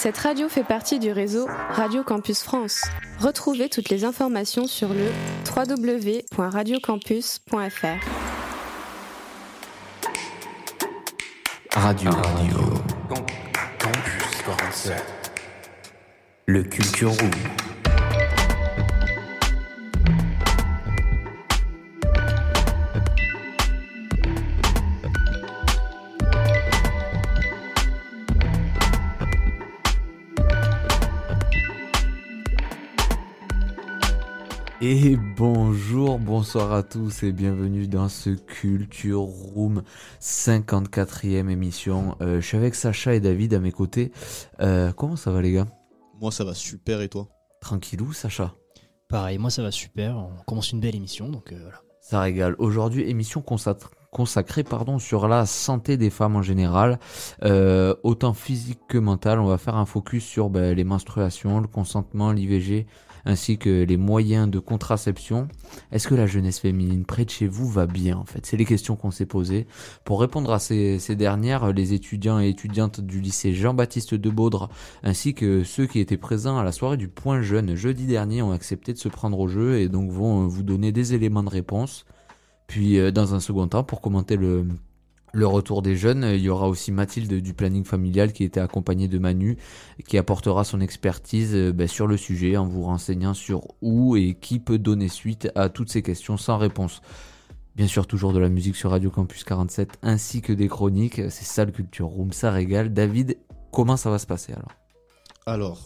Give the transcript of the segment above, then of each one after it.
Cette radio fait partie du réseau Radio Campus France. Retrouvez toutes les informations sur le www.radiocampus.fr. Radio Campus 47. Le Culture Room. Et bonsoir à tous et bienvenue dans ce Culture Room 54e émission. Je suis avec Sacha et David à mes côtés. Comment ça va les gars ? Moi ça va super et toi ? Tranquillou Sacha ? Pareil, moi ça va super, on commence une belle émission donc voilà. Ça régale. Aujourd'hui émission consacrée sur la santé des femmes en général, autant physique que mentale. On va faire un focus sur les menstruations, le consentement, l'IVG, ainsi que les moyens de contraception. Est-ce que la jeunesse féminine près de chez vous va bien en fait ? C'est les questions qu'on s'est posées. Pour répondre à ces dernières, les étudiants et étudiantes du lycée Jean-Baptiste de Baudre, ainsi que ceux qui étaient présents à la soirée du Point Jeune jeudi dernier, ont accepté de se prendre au jeu et donc vont vous donner des éléments de réponse. Puis dans un second temps, pour commenter le retour des jeunes, il y aura aussi Mathilde du planning familial qui était accompagnée de Manu, qui apportera son expertise sur le sujet en vous renseignant sur où et qui peut donner suite à toutes ces questions sans réponse. Bien sûr, toujours de la musique sur Radio Campus 47 ainsi que des chroniques. C'est ça le Culture Room, ça régale. David, comment ça va se passer alors ?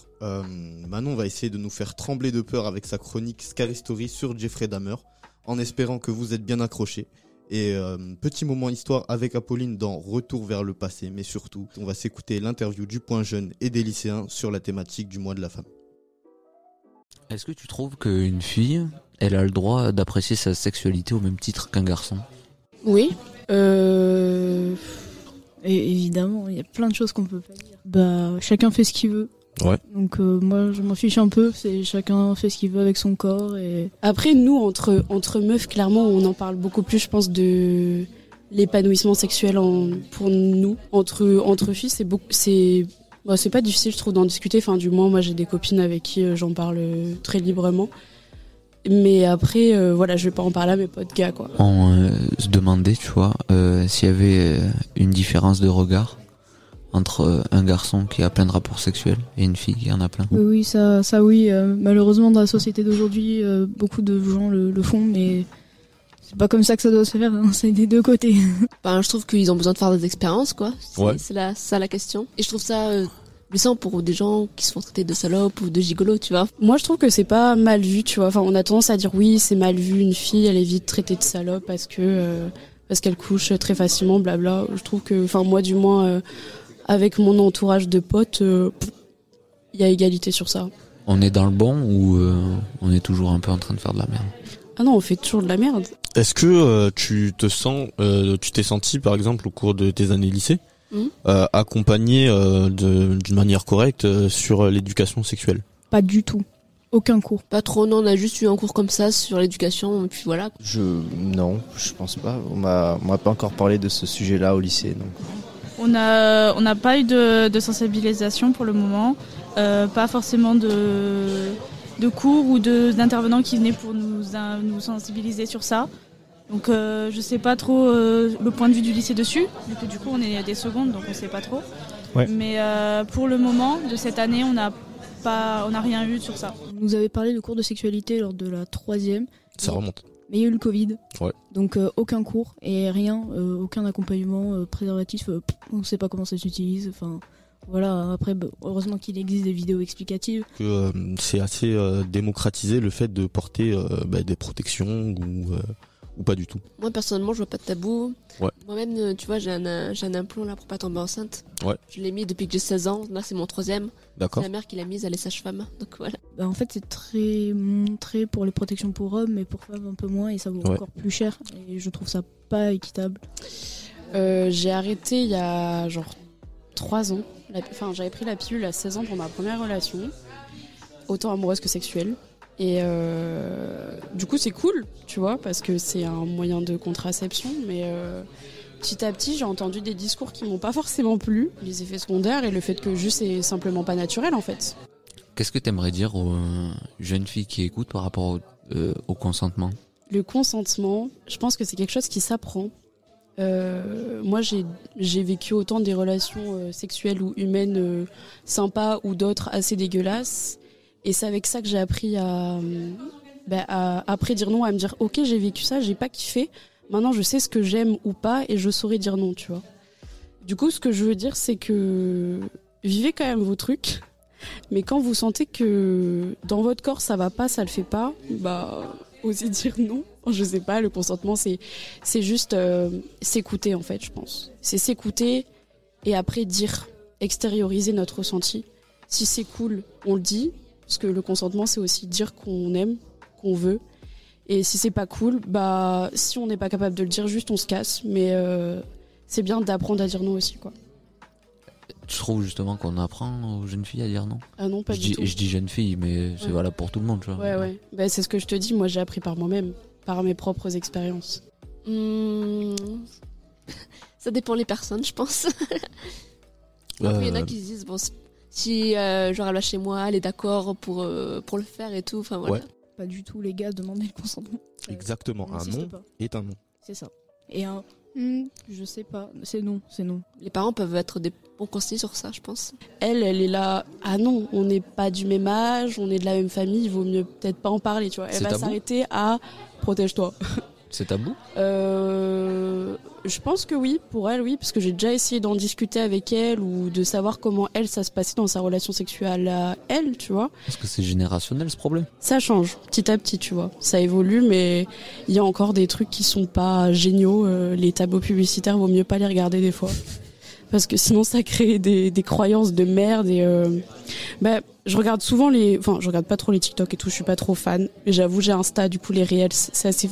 Manon va essayer de nous faire trembler de peur avec sa chronique Scary Story sur Jeffrey Dahmer, en espérant que vous êtes bien accrochés. Et petit moment histoire avec Apolline dans Retour vers le passé, mais surtout, on va s'écouter l'interview du Point Jeune et des lycéens sur la thématique du mois de la femme. Est-ce que tu trouves qu'une fille, elle a le droit d'apprécier sa sexualité au même titre qu'un garçon ? Oui. Et évidemment, il y a plein de choses qu'on peut pas dire. Chacun fait ce qu'il veut. Ouais. Donc moi je m'en fiche un peu, c'est chacun fait ce qu'il veut avec son corps et après nous entre meufs clairement on en parle beaucoup plus je pense de l'épanouissement sexuel pour nous entre filles c'est pas difficile je trouve d'en discuter, enfin du moins moi j'ai des copines avec qui j'en parle très librement. Mais après je vais pas en parler à mes potes gars quoi. On se demandait tu vois s'il y avait une différence de regard entre un garçon qui a plein de rapports sexuels et une fille qui en a plein. Oui, ça oui. Malheureusement, dans la société d'aujourd'hui, beaucoup de gens le font, mais c'est pas comme ça que ça doit se faire, hein, c'est des deux côtés. Je trouve qu'ils ont besoin de faire des expériences, quoi. Ouais. C'est ça la question. Et je trouve ça blessant pour des gens qui se font traiter de salopes ou de gigolos, tu vois. Moi, je trouve que c'est pas mal vu, tu vois. Enfin, on a tendance à dire oui, c'est mal vu, une fille, elle est vite traitée de salope parce qu'elle couche très facilement, blabla. Je trouve que, moi du moins... avec mon entourage de potes, il y a égalité sur ça. On est dans le bon ou on est toujours un peu en train de faire de la merde ? Ah non, on fait toujours de la merde. Est-ce que tu t'es senti par exemple au cours de tes années lycée accompagné d'une manière correcte sur l'éducation sexuelle ? Pas du tout. Aucun cours. Pas trop, non, on a juste eu un cours comme ça sur l'éducation, et puis voilà. Non, je pense pas. On m'a pas encore parlé de ce sujet-là au lycée, donc... On n'a pas eu de sensibilisation pour le moment, pas forcément de cours ou d'intervenants qui venaient pour nous sensibiliser sur ça. Donc je sais pas trop le point de vue du lycée dessus, vu que du coup on est des secondes donc on sait pas trop. Ouais. Mais pour le moment de cette année on n'a rien eu sur ça. On nous avait parlé de cours de sexualité lors de la 3e. Ça remonte. Mais il y a eu le Covid, ouais. Donc aucun cours et rien, aucun accompagnement préservatif, on ne sait pas comment ça s'utilise, enfin voilà, après heureusement qu'il existe des vidéos explicatives. Que c'est assez démocratisé le fait de porter des protections ou pas du tout. Moi personnellement je vois pas de tabou. Ouais. Moi-même tu vois j'ai un implant là pour pas tomber enceinte. Ouais. Je l'ai mis depuis que j'ai 16 ans, là c'est mon 3e. D'accord. C'est la mère qui l'a mise, elle est sage-femme, donc voilà. En fait c'est très montré pour les protections pour hommes mais pour femmes un peu moins et ça vaut encore plus cher et je trouve ça pas équitable. J'ai arrêté il y a 3 ans. J'avais pris la pilule à 16 ans pour ma première relation, autant amoureuse que sexuelle. Et du coup c'est cool, tu vois, parce que c'est un moyen de contraception, mais petit à petit, j'ai entendu des discours qui m'ont pas forcément plu, les effets secondaires et le fait que juste c'est simplement pas naturel en fait. Qu'est-ce que tu aimerais dire aux jeunes filles qui écoutent par rapport au consentement ? Le consentement, je pense que c'est quelque chose qui s'apprend. Moi, j'ai vécu autant des relations sexuelles ou humaines sympas ou d'autres assez dégueulasses. Et c'est avec ça que j'ai appris à après dire non, à me dire ok, j'ai vécu ça, j'ai pas kiffé. Maintenant, je sais ce que j'aime ou pas et je saurai dire non, tu vois. Du coup, ce que je veux dire, c'est que vivez quand même vos trucs. Mais quand vous sentez que dans votre corps ça va pas, ça le fait pas, osez dire non. Je sais pas, le consentement c'est juste s'écouter en fait, je pense. C'est s'écouter et après dire, extérioriser notre ressenti. Si c'est cool, on le dit, parce que le consentement c'est aussi dire qu'on aime, qu'on veut. Et si c'est pas cool, si on n'est pas capable de le dire, juste on se casse. Mais c'est bien d'apprendre à dire non aussi, quoi. Tu trouves justement qu'on apprend aux jeunes filles à dire non ? Ah non, pas du tout. Je dis jeunes filles, mais c'est valable pour tout le monde, tu vois. Ouais. C'est ce que je te dis, moi j'ai appris par moi-même, par mes propres expériences. Ça dépend les personnes, je pense. Après, il y en a qui se disent, bon, si genre elle va chez moi, elle est d'accord pour le faire et tout, enfin voilà. Ouais. Pas du tout, les gars, demandez le consentement. Exactement, un non est un non. C'est ça. Et un je sais pas, c'est non. Les parents peuvent être des bons conseillers sur ça, je pense. Elle est là, ah non, on n'est pas du même âge, on est de la même famille, il vaut mieux peut-être pas en parler, tu vois. Elle va s'arrêter à protège-toi. C'est tabou ? Je pense que oui, pour elle, oui, parce que j'ai déjà essayé d'en discuter avec elle ou de savoir comment elle, ça se passait dans sa relation sexuelle à elle, tu vois. Est-ce que c'est générationnel ce problème ? Ça change, petit à petit, tu vois. Ça évolue, mais il y a encore des trucs qui sont pas géniaux. Les tableaux publicitaires, vaut mieux pas les regarder des fois. Parce que sinon ça crée des croyances de merde et je regarde souvent je regarde pas trop les TikTok et tout, je suis pas trop fan, mais j'avoue j'ai Insta, du coup les Reels c'est assez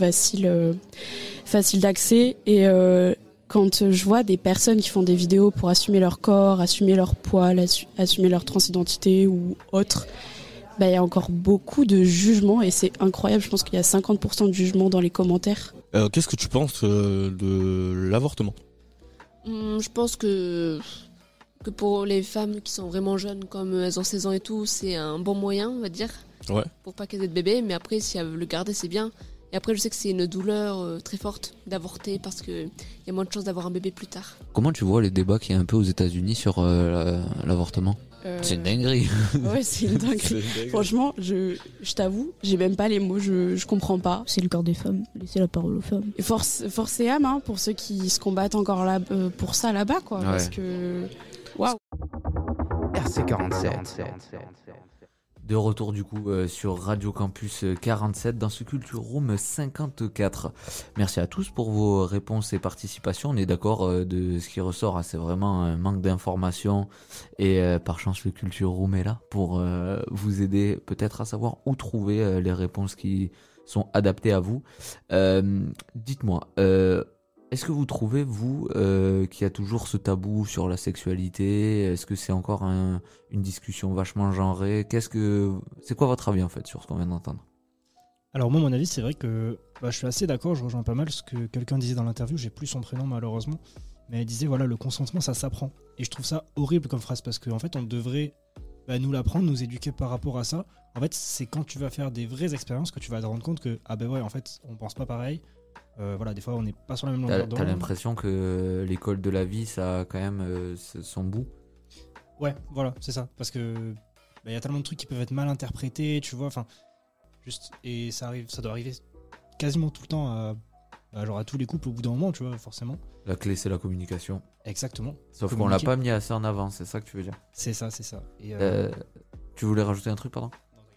facile d'accès et quand je vois des personnes qui font des vidéos pour assumer leur corps, assumer leur poids, assumer leur transidentité ou autre, il y a encore beaucoup de jugements et c'est incroyable, je pense qu'il y a 50% de jugements dans les commentaires. Qu'est-ce que tu penses de l'avortement ? Je pense que pour les femmes qui sont vraiment jeunes, comme elles ont 16 ans et tout, c'est un bon moyen, on va dire, pour pas qu'elles aient de bébé. Mais après, si elles veulent le garder, c'est bien. Et après, je sais que c'est une douleur très forte d'avorter parce qu'il y a moins de chances d'avoir un bébé plus tard. Comment tu vois les débats qu'il y a un peu aux États-Unis sur l'avortement ? C'est une dinguerie. Ouais, c'est une dinguerie. Franchement, je t'avoue, j'ai même pas les mots, je comprends pas. C'est le corps des femmes, laissez la parole aux femmes. Et force et âme, hein, pour ceux qui se combattent encore là, pour ça là-bas, quoi. Ouais. Parce que. Waouh! RC47. De retour du coup sur Radio Campus 47 dans ce Culture Room 54. Merci à tous pour vos réponses et participations. On est d'accord de ce qui ressort, hein, c'est vraiment un manque d'informations et par chance le Culture Room est là pour vous aider peut-être à savoir où trouver les réponses qui sont adaptées à vous. Dites-moi, est-ce que vous trouvez, vous, qu'il y a toujours ce tabou sur la sexualité ? Est-ce que c'est encore une discussion vachement genrée ? C'est quoi votre avis, en fait, sur ce qu'on vient d'entendre ? Alors moi, mon avis, c'est vrai que je suis assez d'accord, je rejoins pas mal ce que quelqu'un disait dans l'interview, j'ai plus son prénom malheureusement, mais elle disait, voilà, le consentement, ça s'apprend. Et je trouve ça horrible comme phrase, parce qu'en fait, on devrait nous l'apprendre, nous éduquer par rapport à ça. En fait, c'est quand tu vas faire des vraies expériences que tu vas te rendre compte que, en fait, on pense pas pareil. Des fois on n'est pas sur la même longueur d'onde. T'as l'impression que l'école de la vie ça a quand même son bout. Ouais, voilà, c'est ça, parce que y a tellement de trucs qui peuvent être mal interprétés, tu vois, et ça doit arriver quasiment tout le temps à tous les couples au bout d'un moment, tu vois, forcément. La clé c'est la communication. Exactement. Sauf qu'on l'a pas mis assez en avant, c'est ça que tu veux dire. C'est ça. Et tu voulais rajouter un truc, pardon ?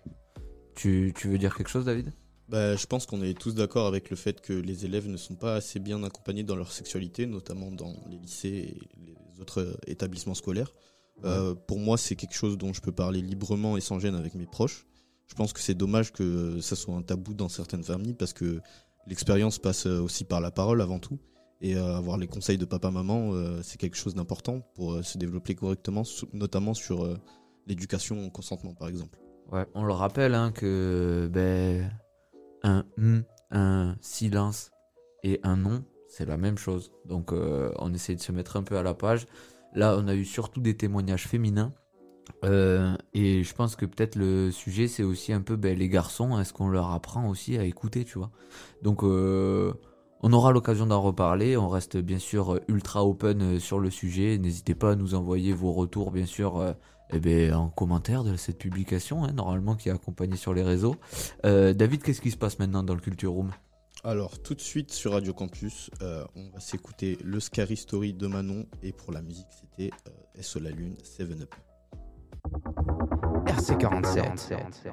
Tu veux dire quelque chose, David ? Je pense qu'on est tous d'accord avec le fait que les élèves ne sont pas assez bien accompagnés dans leur sexualité, notamment dans les lycées et les autres établissements scolaires. Pour moi, c'est quelque chose dont je peux parler librement et sans gêne avec mes proches. Je pense que c'est dommage que ça soit un tabou dans certaines familles parce que l'expérience passe aussi par la parole avant tout. Et avoir les conseils de papa-maman, c'est quelque chose d'important pour se développer correctement, notamment sur l'éducation au consentement, par exemple. Ouais, on le rappelle que un silence et un non, c'est la même chose. Donc on essaie de se mettre un peu à la page. Là, on a eu surtout des témoignages féminins. Et je pense que peut-être le sujet, c'est aussi un peu les garçons. Est-ce qu'on leur apprend aussi à écouter, tu vois? Donc on aura l'occasion d'en reparler. On reste bien sûr ultra open sur le sujet. N'hésitez pas à nous envoyer vos retours, bien sûr, en commentaire de cette publication, normalement, qui est accompagnée sur les réseaux. David, qu'est-ce qui se passe maintenant dans le Culture Room? Alors, tout de suite sur Radio Campus, on va s'écouter le Scary Story de Manon. Et pour la musique, c'était SO la Lune, 7up. RC47.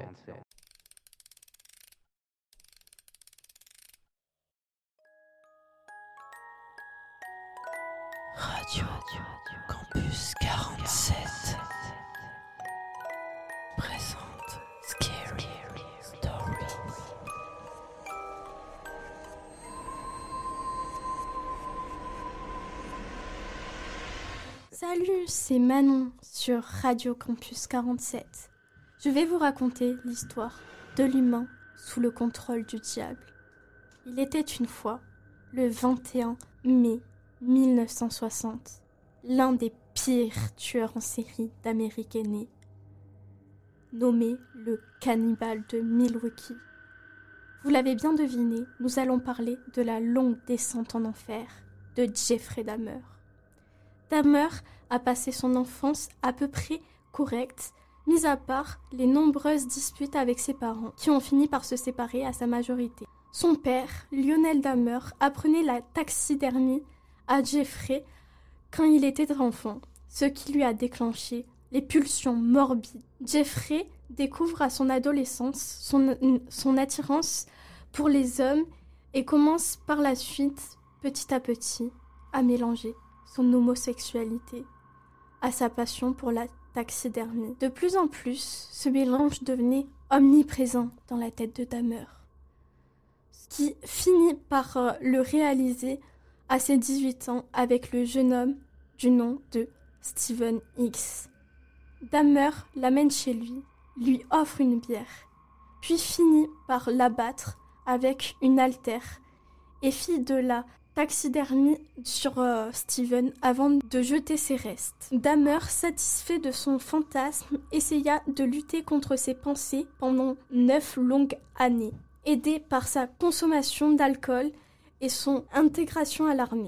Radio Campus 47 présente Scary Story. Salut, c'est Manon sur Radio Campus 47. Je vais vous raconter l'histoire de l'humain sous le contrôle du diable. Il était une fois, le 21 mai 1960, l'un des pires tueurs en série d'Amérique est né, nommé le cannibale de Milwaukee. Vous l'avez bien deviné, nous allons parler de la longue descente en enfer de Jeffrey Dahmer. Dahmer a passé son enfance à peu près correcte, mis à part les nombreuses disputes avec ses parents, qui ont fini par se séparer à sa majorité. Son père, Lionel Dahmer, apprenait la taxidermie à Jeffrey quand il était enfant, ce qui lui a déclenché les pulsions morbides. Jeffrey découvre à son adolescence son attirance pour les hommes et commence par la suite, petit à petit, à mélanger son homosexualité à sa passion pour la taxidermie. De plus en plus, ce mélange devenait omniprésent dans la tête de Dahmer, ce qui finit par le réaliser à ses 18 ans avec le jeune homme du nom de Steven X. Dahmer l'amène chez lui offre une bière, puis finit par l'abattre avec une haltère et fit de la taxidermie sur Steven avant de jeter ses restes. Dahmer, satisfait de son fantasme, essaya de lutter contre ses pensées pendant 9 longues années, aidé par sa consommation d'alcool et son intégration à l'armée.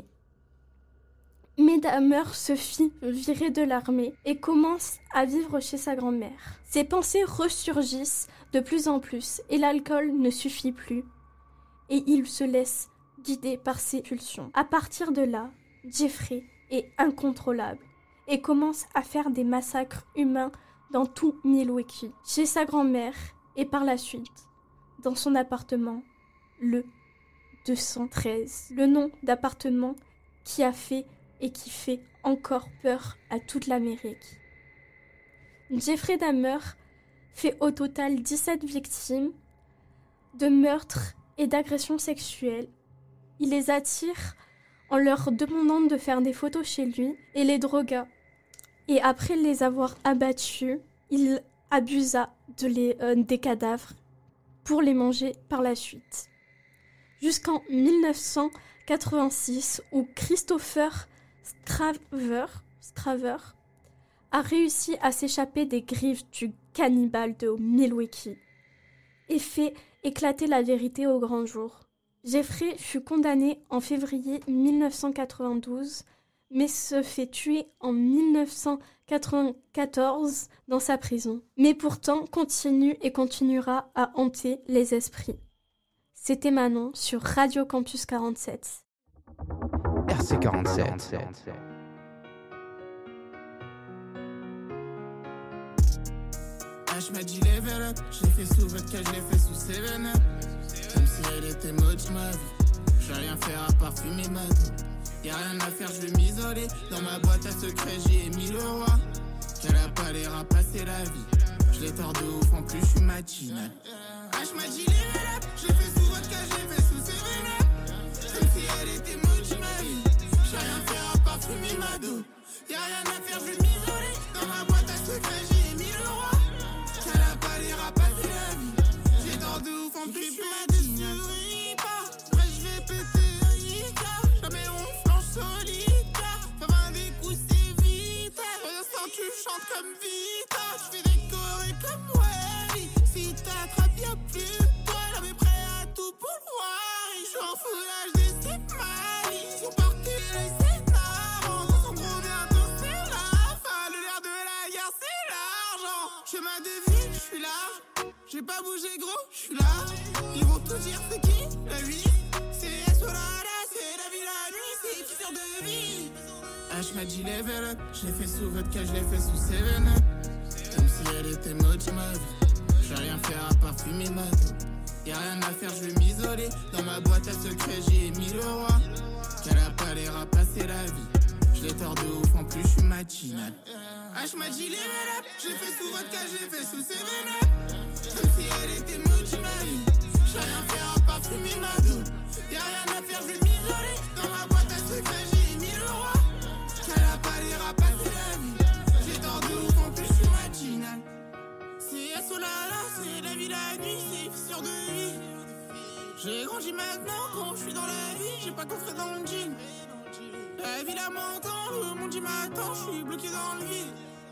Mais Dahmer se fit virer de l'armée et commence à vivre chez sa grand-mère. Ses pensées ressurgissent de plus en plus et l'alcool ne suffit plus et il se laisse guidé par ses pulsions. À partir de là, Jeffrey est incontrôlable et commence à faire des massacres humains dans tout Milwaukee, chez sa grand-mère et par la suite dans son appartement, le 213. Le nom d'appartement qui a fait et qui fait encore peur à toute l'Amérique. Jeffrey Dahmer fait au total 17 victimes de meurtres et d'agressions sexuelles. Il les attire en leur demandant de faire des photos chez lui et les drogua. Et après les avoir abattus, il abusa des cadavres pour les manger par la suite. Jusqu'en 1986 où Christopher Straver a réussi à s'échapper des griffes du cannibale de Milwaukee et fait éclater la vérité au grand jour. Jeffrey fut condamné en février 1992, mais se fait tuer en 1994 dans sa prison. Mais pourtant continue et continuera à hanter les esprits. C'était Manon sur Radio Campus 47. RC47. H m'a dit level up, je l'ai fait sous vodka, je l'ai fait sous 7up. Comme si elle était moche ma vie. Je vais rien faire à part fumer ma dos. Y'a rien à faire, je vais m'isoler. Dans ma boîte à secret, j'y ai mis le roi. Qu'elle a pas l'air à passer la vie. Je l'ai tord de ouf, en plus je suis matinal. H m'a dit level up, je l'ai fait sous vodka, je l'ai fait sous 7up. Comme si elle était moche ma vie. Je vais rien faire à part fumer ma dos. Y'a rien à faire, je vais m'isoler. Dans ma boîte à secret, j'y ai mis le roi. Qu'elle a pas l'air à passer la vie. J'ai tort de ouf, en plus je suis matinal. Après je vais péter un Ika. chante comme Vita, tu fais des chorés comme Wally. Si t'attrapes y'a plus de toi, l'homme est prêt à tout pour le voir. Je suis en foulage de ces malices, ils sont partis les scénars. On s'en gros bientôt c'est la fin, le nerf de la guerre c'est l'argent. Chemin de vie, je suis là, j'ai pas bougé gros, je suis là. Ils vont tout dire c'est qui, la vie. C'est Solana, c'est la vie, la nuit, c'est fissure de vie. H m'a dit level up, je l'ai fait sous vodka, je l'ai fait sous 7-Up. Comme si elle était moche ma vie. Je vais rien faire à part fumer ma dos. Y'a rien à faire, je vais m'isoler. Dans ma boîte à secret, j'ai mis le roi. Qu'elle a pas l'air à passer la vie. Je l'ai tort de ouf, en plus je suis matinal. H m'a dit level up, je l'ai fait sous vodka, je l'ai fait sous 7-Up. Comme si elle était moche ma vie. Je vais rien faire à part fumer ma dos. Y'a rien à faire, je vais m'isoler. Dans ma boîte à secret, j'ai mis le roi. Qu'elle a pas l'air à passer la vie. J'ai tort de ouf, en plus je suis matinal. C'est Solana, c'est la vie, la nuit, c'est fissure de vie. J'ai grandi maintenant quand je suis dans la vie, j'ai pas coffré dans le jean. La vie la m'entend, le monde y m'attend, je suis bloqué dans le vide.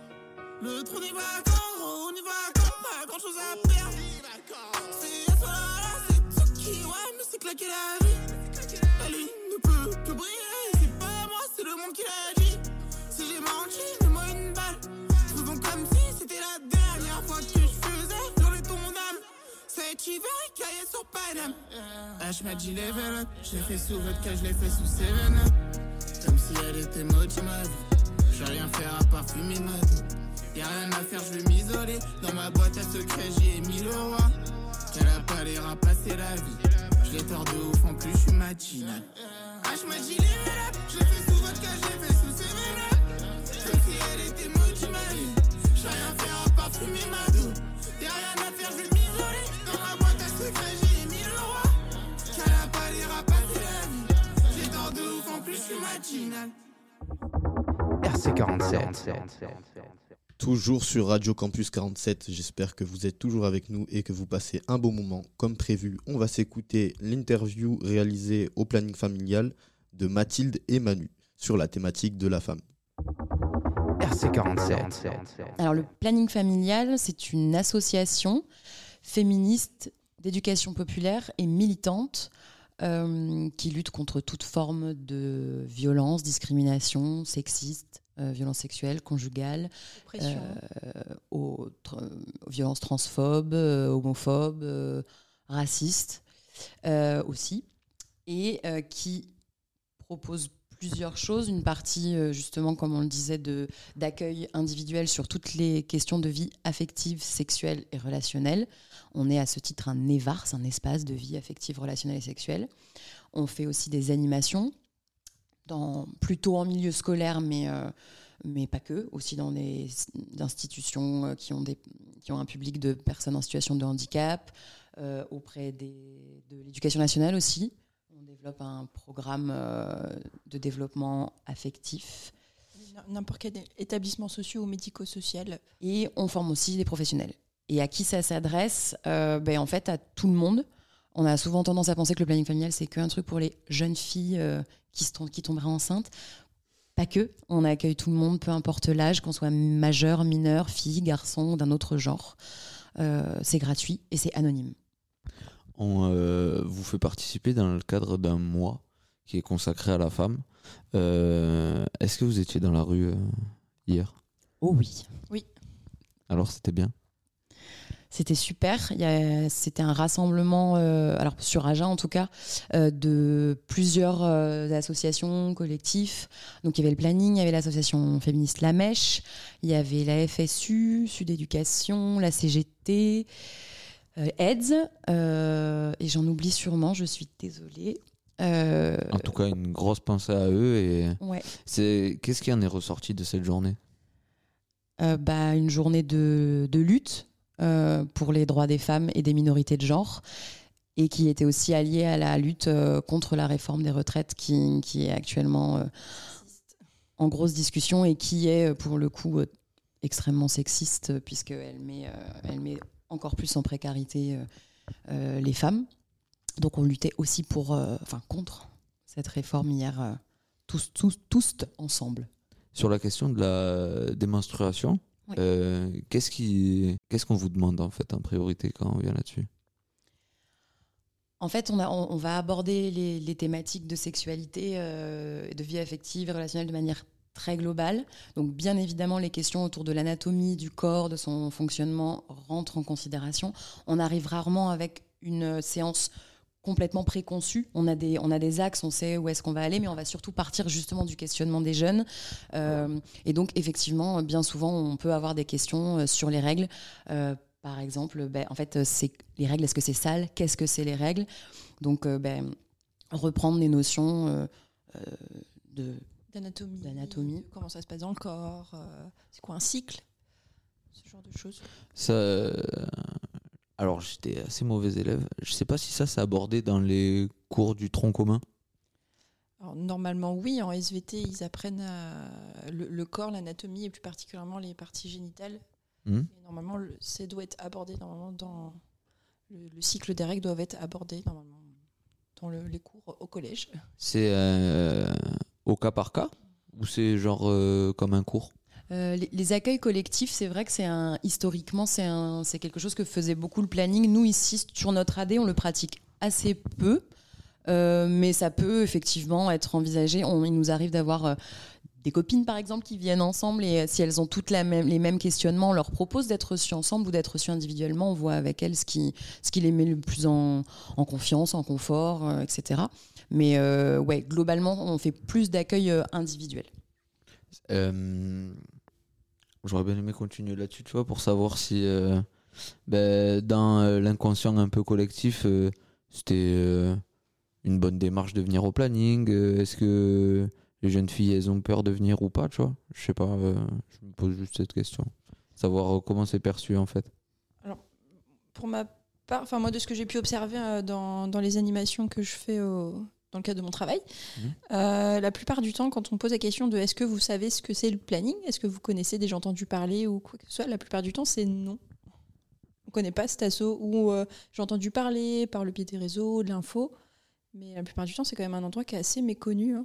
Le trou n'est vacant, gros, on y va quand pas grand chose à perdre. C'est Solana, c'est tout qui, ouais, mais c'est claquer la vie. La lune ne peut que briller, c'est pas moi, c'est le monde qui l'a dit. Si j'ai menti, mets-moi une balle. Faisons comme si c'était la dernière fois que je faisais violer ton âme. Cet hiver, caillé sur Paname. H m'a dit level up, je l'ai fait sous vodka, je l'ai fait sous 7-Up. Comme si elle était moche ma vie. Je vais rien faire à part fumer ma dos. Y'a rien à faire, je vais m'isoler. Dans ma boîte à secret, j'y ai mis le roi. Qu'elle a pas l'air à passer la vie. Je l'ai tort de ouf, en plus je suis matinal. H m'a dit level up, je l'ai fait sous vodka, je l'ai fait sous 7-Up. Comme si elle était moche ma vie. Je vais rien faire à part fumer ma dos. Y'a rien à faire, je vais m'isoler. Dans ma boîte à secret, j'ai mis le roi. Qu'elle a pas l'air à passer la vie. J'ai tort de ouf, en plus je suis matinal. RC47. Toujours sur Radio Campus 47, j'espère que vous êtes toujours avec nous et que vous passez un bon moment. Comme prévu, on va s'écouter l'interview réalisée au planning familial de Mathilde et Manu sur la thématique de la femme. RC47. Alors le planning familial, c'est une association féministe d'éducation populaire et militante qui lutte contre toute forme de violence, discrimination, sexiste, violence sexuelle, conjugale, aux violences transphobes, homophobes, racistes aussi, et qui propose plusieurs choses. Une partie, justement, comme on le disait, d'accueil individuel sur toutes les questions de vie affective, sexuelle et relationnelle. On est à ce titre un EVARS, un espace de vie affective, relationnelle et sexuelle. On fait aussi des animations, plutôt en milieu scolaire, mais pas que, aussi dans des institutions qui ont un public de personnes en situation de handicap, auprès de l'éducation nationale aussi. On développe un programme de développement affectif. N'importe quel établissement social ou médico-social. Et on forme aussi des professionnels. Et à qui ça s'adresse en fait, à tout le monde. On a souvent tendance à penser que le planning familial, c'est qu'un truc pour les jeunes filles qui tomberaient enceintes. Pas que. On accueille tout le monde, peu importe l'âge, qu'on soit majeur, mineur, fille, garçon ou d'un autre genre. C'est gratuit et c'est anonyme. On vous fait participer dans le cadre d'un mois qui est consacré à la femme. Est-ce que vous étiez dans la rue hier ? Oh oui. Oui. Alors c'était bien ? C'était super. C'était un rassemblement, alors sur Agen en tout cas, de plusieurs associations, collectifs. Donc il y avait le planning, il y avait l'association féministe La Mèche, il y avait la FSU, Sud Éducation, la CGT, AIDS, et j'en oublie sûrement, je suis désolée. En tout cas, une grosse pensée à eux. Et ouais. Qu'est-ce qui en est ressorti de cette journée ? Une journée de lutte pour les droits des femmes et des minorités de genre, et qui était aussi alliée à la lutte contre la réforme des retraites qui est actuellement en grosse discussion et qui est pour le coup extrêmement sexiste, puisqu'elle met encore plus en précarité les femmes. Donc on luttait aussi contre cette réforme hier, tous ensemble. Sur la question des menstruations, Oui. qu'est-ce qu'on vous demande en fait en priorité quand on vient là-dessus? En fait, on va aborder les thématiques de sexualité, de vie affective et relationnelle de manière très globale. Donc bien évidemment, les questions autour de l'anatomie du corps, de son fonctionnement rentrent en considération. On arrive rarement avec une séance complètement préconçue. On a des axes, on sait où est-ce qu'on va aller, mais on va surtout partir justement du questionnement des jeunes. Et donc effectivement, bien souvent, on peut avoir des questions sur les règles. Par exemple, en fait, c'est les règles, est-ce que c'est sale? Qu'est-ce que c'est les règles? Donc, reprendre les notions d'anatomie, de comment ça se passe dans le corps, c'est quoi un cycle, ce genre de choses. Alors, j'étais assez mauvais élève. Je sais pas si ça c'est abordé dans les cours du tronc commun. Alors, normalement, oui. En SVT, ils apprennent le corps, l'anatomie et plus particulièrement les parties génitales. Et normalement, ça doit être abordé normalement dans le cycle des règles doivent être abordés normalement dans les cours au collège. C'est au cas par cas ou c'est genre comme un cours? Les accueils collectifs, c'est vrai que historiquement, c'est quelque chose que faisait beaucoup le planning. Nous, ici, sur notre AD, on le pratique assez peu, mais ça peut effectivement être envisagé. Il nous arrive d'avoir des copines, par exemple, qui viennent ensemble et si elles ont toutes les mêmes questionnements, on leur propose d'être reçues ensemble ou d'être reçues individuellement. On voit avec elles ce qui les met le plus en confiance, en confort, etc. Mais ouais, globalement, on fait plus d'accueil individuel. J'aurais bien aimé continuer là-dessus, tu vois, pour savoir si dans l'inconscient un peu collectif, c'était une bonne démarche de venir au planning. Est-ce que les jeunes filles, elles ont peur de venir ou pas, tu vois? Je sais pas, je me pose juste cette question. Savoir comment c'est perçu, en fait. Alors, pour ma part, enfin moi, de ce que j'ai pu observer dans les animations que je fais dans le cadre de mon travail, la plupart du temps, quand on pose la question de est-ce que vous savez ce que c'est le planning, est-ce que vous connaissez, déjà entendu parler ou quoi que ce soit, la plupart du temps, c'est non. On ne connaît pas cet asso où j'ai entendu parler par le biais des réseaux, de l'info, mais la plupart du temps, c'est quand même un endroit qui est assez méconnu.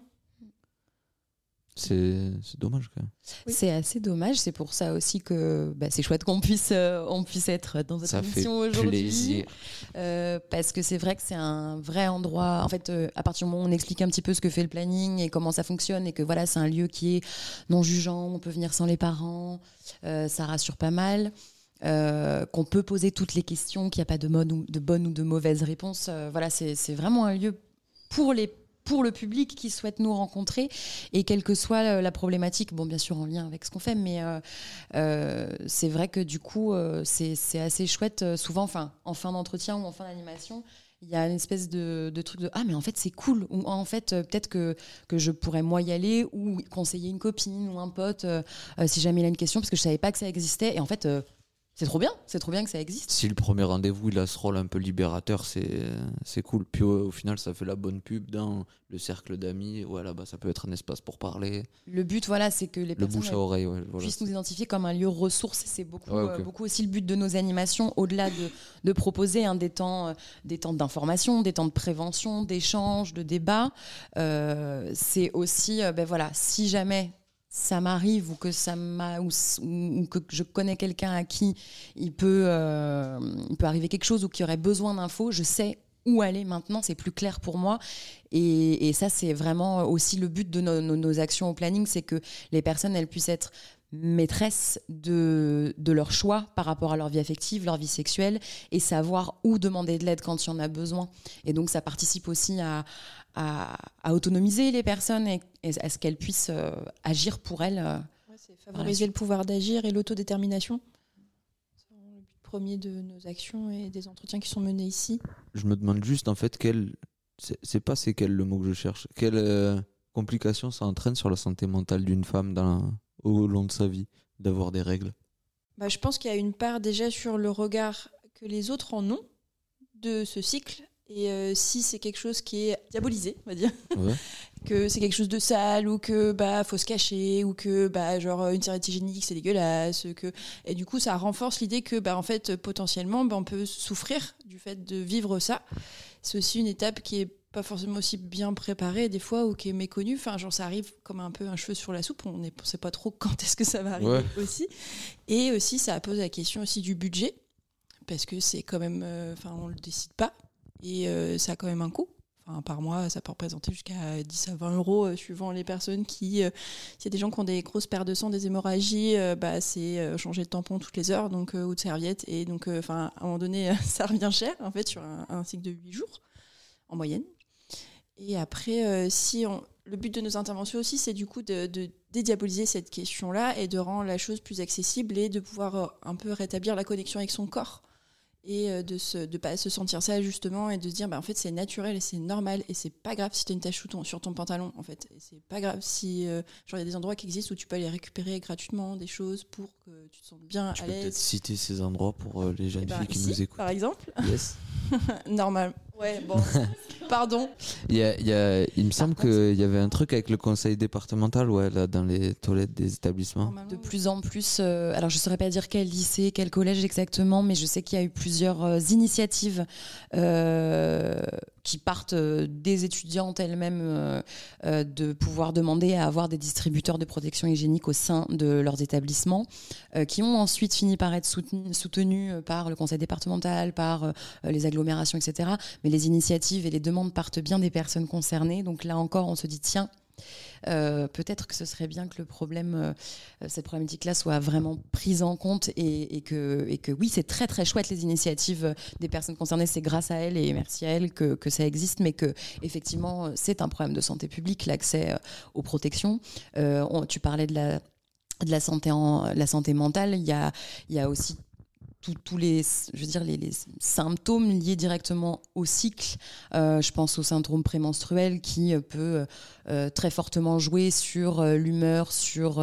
C'est dommage quand même. Oui. C'est assez dommage, c'est pour ça aussi que c'est chouette qu'on puisse être dans cette émission aujourd'hui. Parce que c'est vrai que c'est un vrai endroit. En fait, à partir du moment où on explique un petit peu ce que fait le planning et comment ça fonctionne, et que voilà, c'est un lieu qui est non jugeant, on peut venir sans les parents, ça rassure pas mal. Qu'on peut poser toutes les questions, qu'il n'y a pas de bonne ou de mauvaise réponse. Voilà, c'est vraiment un lieu pour le public qui souhaite nous rencontrer, et quelle que soit la problématique, bon bien sûr en lien avec ce qu'on fait, mais c'est vrai que du coup c'est assez chouette. Souvent, en fin d'entretien ou en fin d'animation, il y a une espèce de truc de mais en fait c'est cool, ou en fait peut-être que je pourrais moi y aller, ou conseiller une copine ou un pote si jamais il a une question, parce que je savais pas que ça existait, et en fait c'est trop bien que ça existe. Si le premier rendez-vous il a ce rôle un peu libérateur, c'est cool. Puis au final, ça fait la bonne pub dans le cercle d'amis. Ouais, là-bas, ça peut être un espace pour parler. Le but, voilà, c'est que les personnes bouche à oreille, puissent nous identifier comme un lieu ressource. C'est beaucoup aussi le but de nos animations, au-delà de proposer des temps d'information, des temps de prévention, d'échange, de débat. C'est aussi, si jamais ça m'arrive ou que ou que je connais quelqu'un à qui il peut arriver quelque chose ou qui aurait besoin d'infos, je sais où aller maintenant, c'est plus clair pour moi, et ça c'est vraiment aussi le but de nos actions au planning, c'est que les personnes elles puissent être maîtresses de leur choix par rapport à leur vie affective, leur vie sexuelle, et savoir où demander de l'aide quand il y en a besoin. Et donc ça participe aussi à autonomiser les personnes et à ce qu'elles puissent agir pour elles. C'est favoriser le pouvoir d'agir et l'autodétermination. C'est le but premier de nos actions et des entretiens qui sont menés ici. Je me demande juste en fait c'est quel le mot que je cherche, quelles complications ça entraîne sur la santé mentale d'une femme au long de sa vie d'avoir des règles. Je pense qu'il y a une part déjà sur le regard que les autres en ont de ce cycle. Et si c'est quelque chose qui est diabolisé, on va dire, que c'est quelque chose de sale, ou que faut se cacher, ou que genre une serviette hygiénique c'est dégueulasse, et du coup ça renforce l'idée que en fait potentiellement on peut souffrir du fait de vivre ça. C'est aussi une étape qui est pas forcément aussi bien préparé des fois ou qui est méconnu. Enfin, genre, ça arrive comme un peu un cheveu sur la soupe. On ne sait pas trop quand est-ce que ça va arriver aussi. Et aussi, ça pose la question aussi du budget parce que c'est quand même, on le décide pas et ça a quand même un coût. Enfin, par mois, ça peut représenter jusqu'à 10 à 20 euros suivant les personnes qui... S'il y a des gens qui ont des grosses pertes de sang, des hémorragies, c'est changer de tampon toutes les heures donc, ou de serviette. Et donc, à un moment donné, ça revient cher, en fait, sur un cycle de 8 jours, en moyenne. Et après, le but de nos interventions aussi, c'est du coup de dédiaboliser cette question-là et de rendre la chose plus accessible et de pouvoir un peu rétablir la connexion avec son corps. Et de pas se sentir ça justement et de se dire en fait c'est naturel et c'est normal et c'est pas grave si t'as une tache sur ton pantalon en fait et c'est pas grave si il y a des endroits qui existent où tu peux aller récupérer gratuitement des choses pour que tu te sentes bien tu à peux l'aise. peut-être citer ces endroits pour les jeunes filles qui ici, nous écoutent par exemple. Yes. Normal. Ouais, bon. Pardon. Il me semble qu'il y avait un truc avec le conseil départemental là, dans les toilettes des établissements. De plus en plus, alors je ne saurais pas dire quel lycée, quel collège exactement, mais je sais qu'il y a eu plusieurs initiatives qui partent des étudiantes elles-mêmes de pouvoir demander à avoir des distributeurs de protection hygiénique au sein de leurs établissements, qui ont ensuite fini par être soutenus par le conseil départemental, par les agglomérations, etc. Mais les initiatives et les demandes partent bien des personnes concernées. Donc là encore, on se dit, tiens, peut-être que ce serait bien que cette problématique-là soit vraiment prise en compte et que oui, c'est très très chouette les initiatives des personnes concernées, c'est grâce à elles et merci à elles que ça existe, mais que effectivement c'est un problème de santé publique, l'accès aux protections. Tu parlais de la santé mentale, il y a aussi tous les symptômes liés directement au cycle. Je pense au syndrome prémenstruel qui peut très fortement jouer sur l'humeur, sur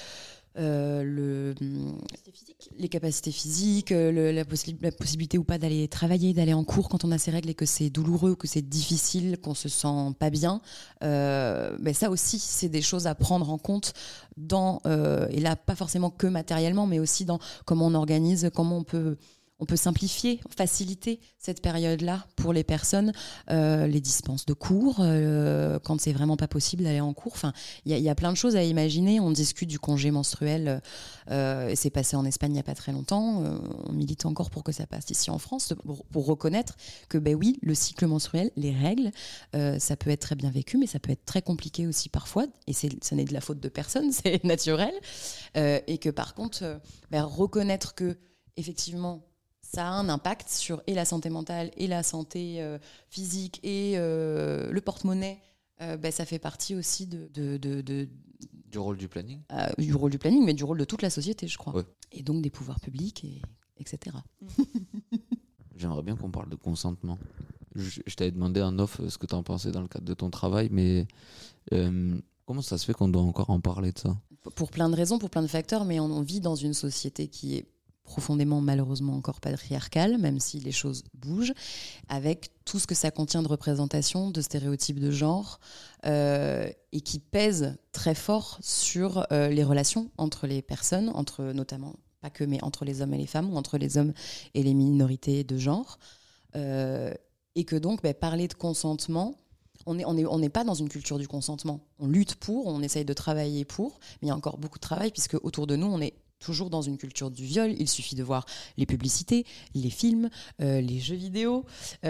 les capacités physiques, la possibilité ou pas d'aller travailler, d'aller en cours quand on a ses règles et que c'est douloureux, que c'est difficile, qu'on se sent pas bien. Mais ça aussi, c'est des choses à prendre en compte et là, pas forcément que matériellement, mais aussi dans comment on organise, comment on peut simplifier, faciliter cette période-là pour les personnes, les dispenses de cours, quand c'est vraiment pas possible d'aller en cours. Enfin, il y a plein de choses à imaginer. On discute du congé menstruel, c'est passé en Espagne il n'y a pas très longtemps. On milite encore pour que ça passe ici en France, pour reconnaître que oui, le cycle menstruel, les règles, ça peut être très bien vécu, mais ça peut être très compliqué aussi parfois. Et ça n'est de la faute de personne, c'est naturel. Et que par contre, reconnaître que effectivement ça a un impact sur et la santé mentale et la santé physique et le porte-monnaie. Ça fait partie aussi du rôle du planning. Du rôle du planning, mais du rôle de toute la société, je crois. Ouais. Et donc des pouvoirs publics, etc. J'aimerais bien qu'on parle de consentement. Je t'avais demandé en off ce que tu en pensais dans le cadre de ton travail, mais comment ça se fait qu'on doit encore en parler de ça ? Pour plein de raisons, pour plein de facteurs, mais on vit dans une société qui est profondément malheureusement encore patriarcale, même si les choses bougent, avec tout ce que ça contient de représentation, de stéréotypes de genre, et qui pèse très fort sur les relations entre les personnes, entre notamment, pas que, mais entre les hommes et les femmes, ou entre les hommes et les minorités de genre, et que donc parler de consentement, on n'est pas dans une culture du consentement. On lutte pour, on essaye de travailler pour, mais il y a encore beaucoup de travail, puisque autour de nous, on est toujours dans une culture du viol. Il suffit de voir les publicités, les films, les jeux vidéo,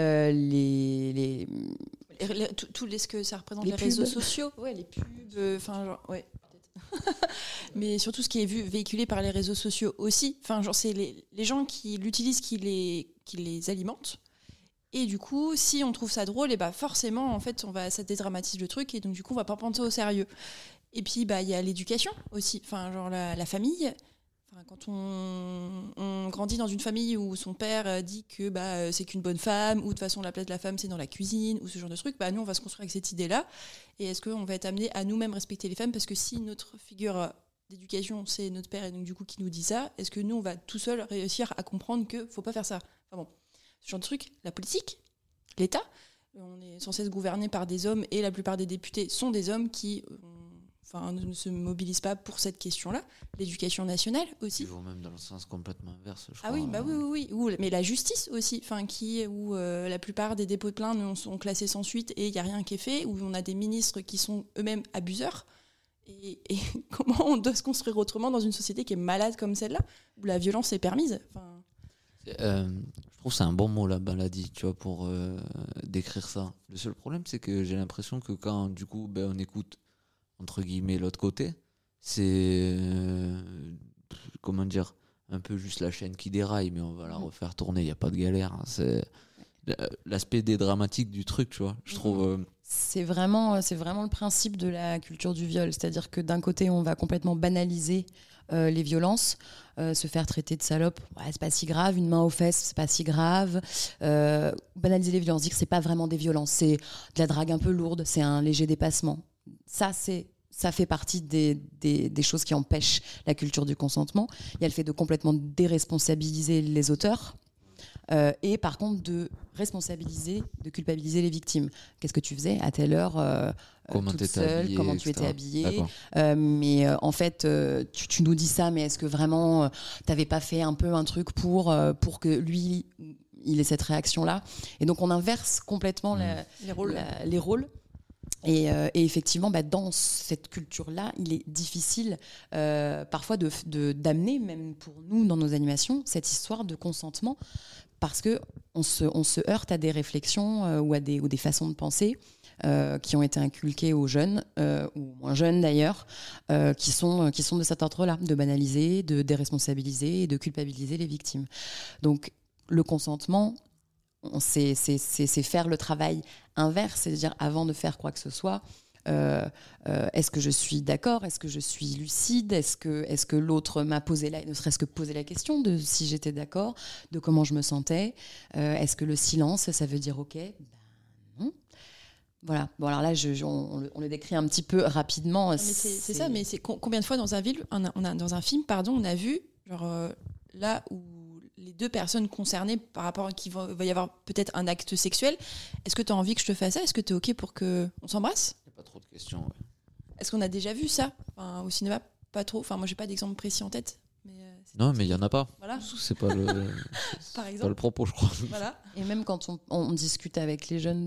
tout ce que ça représente, les les pubs. réseaux sociaux, les pubs, peut-être. Mais surtout ce qui est véhiculé par les réseaux sociaux aussi. C'est les gens qui l'utilisent, qui les alimentent. Et du coup, si on trouve ça drôle, forcément, en fait, ça dédramatise le truc, et donc du coup, on va pas prendre ça au sérieux. Et puis, il y a l'éducation aussi. La famille. Quand on grandit dans une famille où son père dit que c'est qu'une bonne femme, ou de toute façon la place de la femme c'est dans la cuisine, ou ce genre de truc, nous on va se construire avec cette idée-là. Et est-ce qu'on va être amené à nous-mêmes respecter les femmes, parce que si notre figure d'éducation c'est notre père et donc du coup qui nous dit ça, est-ce que nous on va tout seul réussir à comprendre que faut pas faire ça ? Ce genre de truc, la politique, l'État, on est sans cesse gouverné par des hommes et la plupart des députés sont des hommes qui ne se mobilisent pas pour cette question-là. L'éducation nationale aussi. Ils vont même dans le sens complètement inverse, je Ah crois. oui. Mais la justice aussi, où la plupart des dépôts de plainte sont classés sans suite et il n'y a rien qui est fait, où on a des ministres qui sont eux-mêmes abuseurs. Et comment on doit se construire autrement dans une société qui est malade comme celle-là, où la violence est permise. Je trouve que c'est un bon mot, la maladie, tu vois, pour décrire ça. Le seul problème, c'est que j'ai l'impression que quand, du coup, on écoute, entre guillemets, l'autre côté, c'est, comment dire, un peu juste la chaîne qui déraille, mais on va la refaire tourner, il n'y a pas de galère. Hein. C'est l'aspect dédramatique du truc, tu vois, je trouve... C'est vraiment le principe de la culture du viol. C'est-à-dire que d'un côté, on va complètement banaliser les violences, se faire traiter de salope, c'est pas si grave, une main aux fesses, c'est pas si grave. Banaliser les violences, dire que c'est pas vraiment des violences, c'est de la drague un peu lourde, c'est un léger dépassement. Ça fait partie des choses qui empêchent la culture du consentement. Il y a le fait de complètement déresponsabiliser les auteurs. Et par contre de responsabiliser, de culpabiliser les victimes. Qu'est-ce que tu faisais à telle heure comment toute seule, habillée, comment tu etc. étais habillée, mais en fait tu nous dis ça, mais est-ce que vraiment t'avais pas fait un peu un truc pour que lui il ait cette réaction là? Et donc on inverse complètement les rôles. Et effectivement, dans cette culture-là, il est difficile parfois d'amener, même pour nous dans nos animations, cette histoire de consentement, parce que on se heurte à des réflexions ou des façons de penser qui ont été inculquées aux jeunes ou moins jeunes d'ailleurs, qui sont de cet ordre-là, de banaliser, de déresponsabiliser et de culpabiliser les victimes. Donc le consentement, c'est faire le travail inverse, c'est-à-dire avant de faire quoi que ce soit, est-ce que je suis d'accord, est-ce que je suis lucide, est-ce que l'autre m'a ne serait-ce que posé la question de si j'étais d'accord, de comment je me sentais, est-ce que le silence ça veut dire ok, non. Voilà. Bon alors là on le décrit un petit peu rapidement. Mais c'est ça, mais c'est combien de fois dans un film on a vu là où les deux personnes concernées par rapport à qu'il va y avoir peut-être un acte sexuel, est-ce que tu as envie que je te fasse ça? Est-ce que tu es OK pour qu'on s'embrasse? Il n'y a pas trop de questions. Ouais. Est-ce qu'on a déjà vu ça au cinéma? Pas trop. Moi, j'ai pas d'exemple précis en tête. Non, mais il n'y en a pas. Voilà. C'est pas le, par exemple. pas le propos, je crois. Voilà. Et même quand on discute avec les jeunes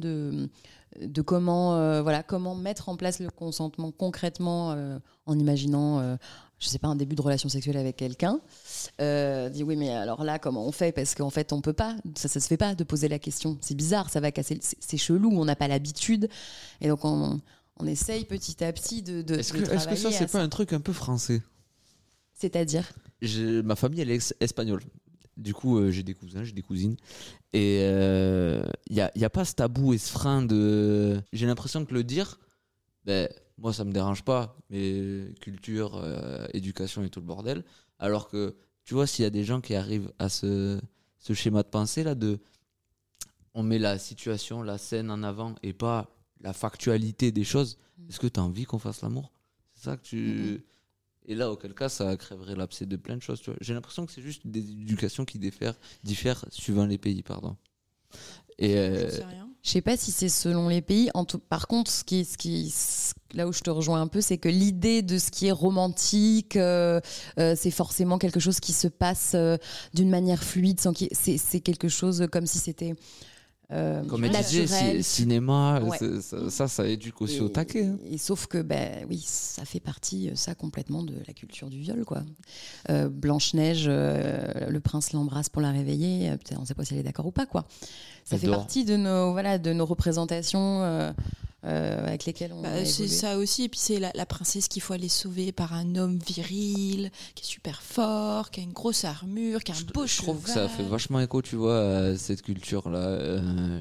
de comment mettre en place le consentement concrètement en imaginant je sais pas, un début de relation sexuelle avec quelqu'un, dit oui mais alors là comment on fait, parce qu'en fait on peut pas, ça se fait pas de poser la question, c'est bizarre, ça va casser, c'est chelou, on n'a pas l'habitude, et donc on essaye petit à petit de travailler. Est-ce que ça c'est pas un truc un peu français? C'est-à-dire ma famille elle est espagnole. Du coup, j'ai des cousins, j'ai des cousines. Et il y a pas ce tabou et ce frein de... J'ai l'impression que le dire, moi, ça me dérange pas. Mais culture, éducation et tout le bordel. Alors que, tu vois, s'il y a des gens qui arrivent à ce schéma de pensée, là, on met la situation, la scène en avant et pas la factualité des choses. Est-ce que tu as envie qu'on fasse l'amour? C'est ça que tu... Et là, auquel cas, ça crèverait l'abcès de plein de choses. Tu vois. J'ai l'impression que c'est juste des éducations qui diffèrent suivant les pays. Pardon. Et je sais pas si c'est selon les pays. Par contre, là où je te rejoins un peu, c'est que l'idée de ce qui est romantique, c'est forcément quelque chose qui se passe d'une manière fluide, c'est quelque chose comme si c'était... comme elle disait, cinéma, ouais. ça éduque aussi au taquet. Hein. Et sauf que, oui, ça fait partie, ça, complètement de la culture du viol, quoi. Blanche-Neige, le prince l'embrasse pour la réveiller, on ne sait pas si elle est d'accord ou pas, quoi. Ça fait partie de nos représentations avec lesquelles on a c'est évolué. Ça aussi, et puis c'est la princesse qu'il faut aller sauver par un homme viril, qui est super fort, qui a une grosse armure, qui a un beau cheval. Je trouve que ça fait vachement écho, tu vois, à cette culture-là.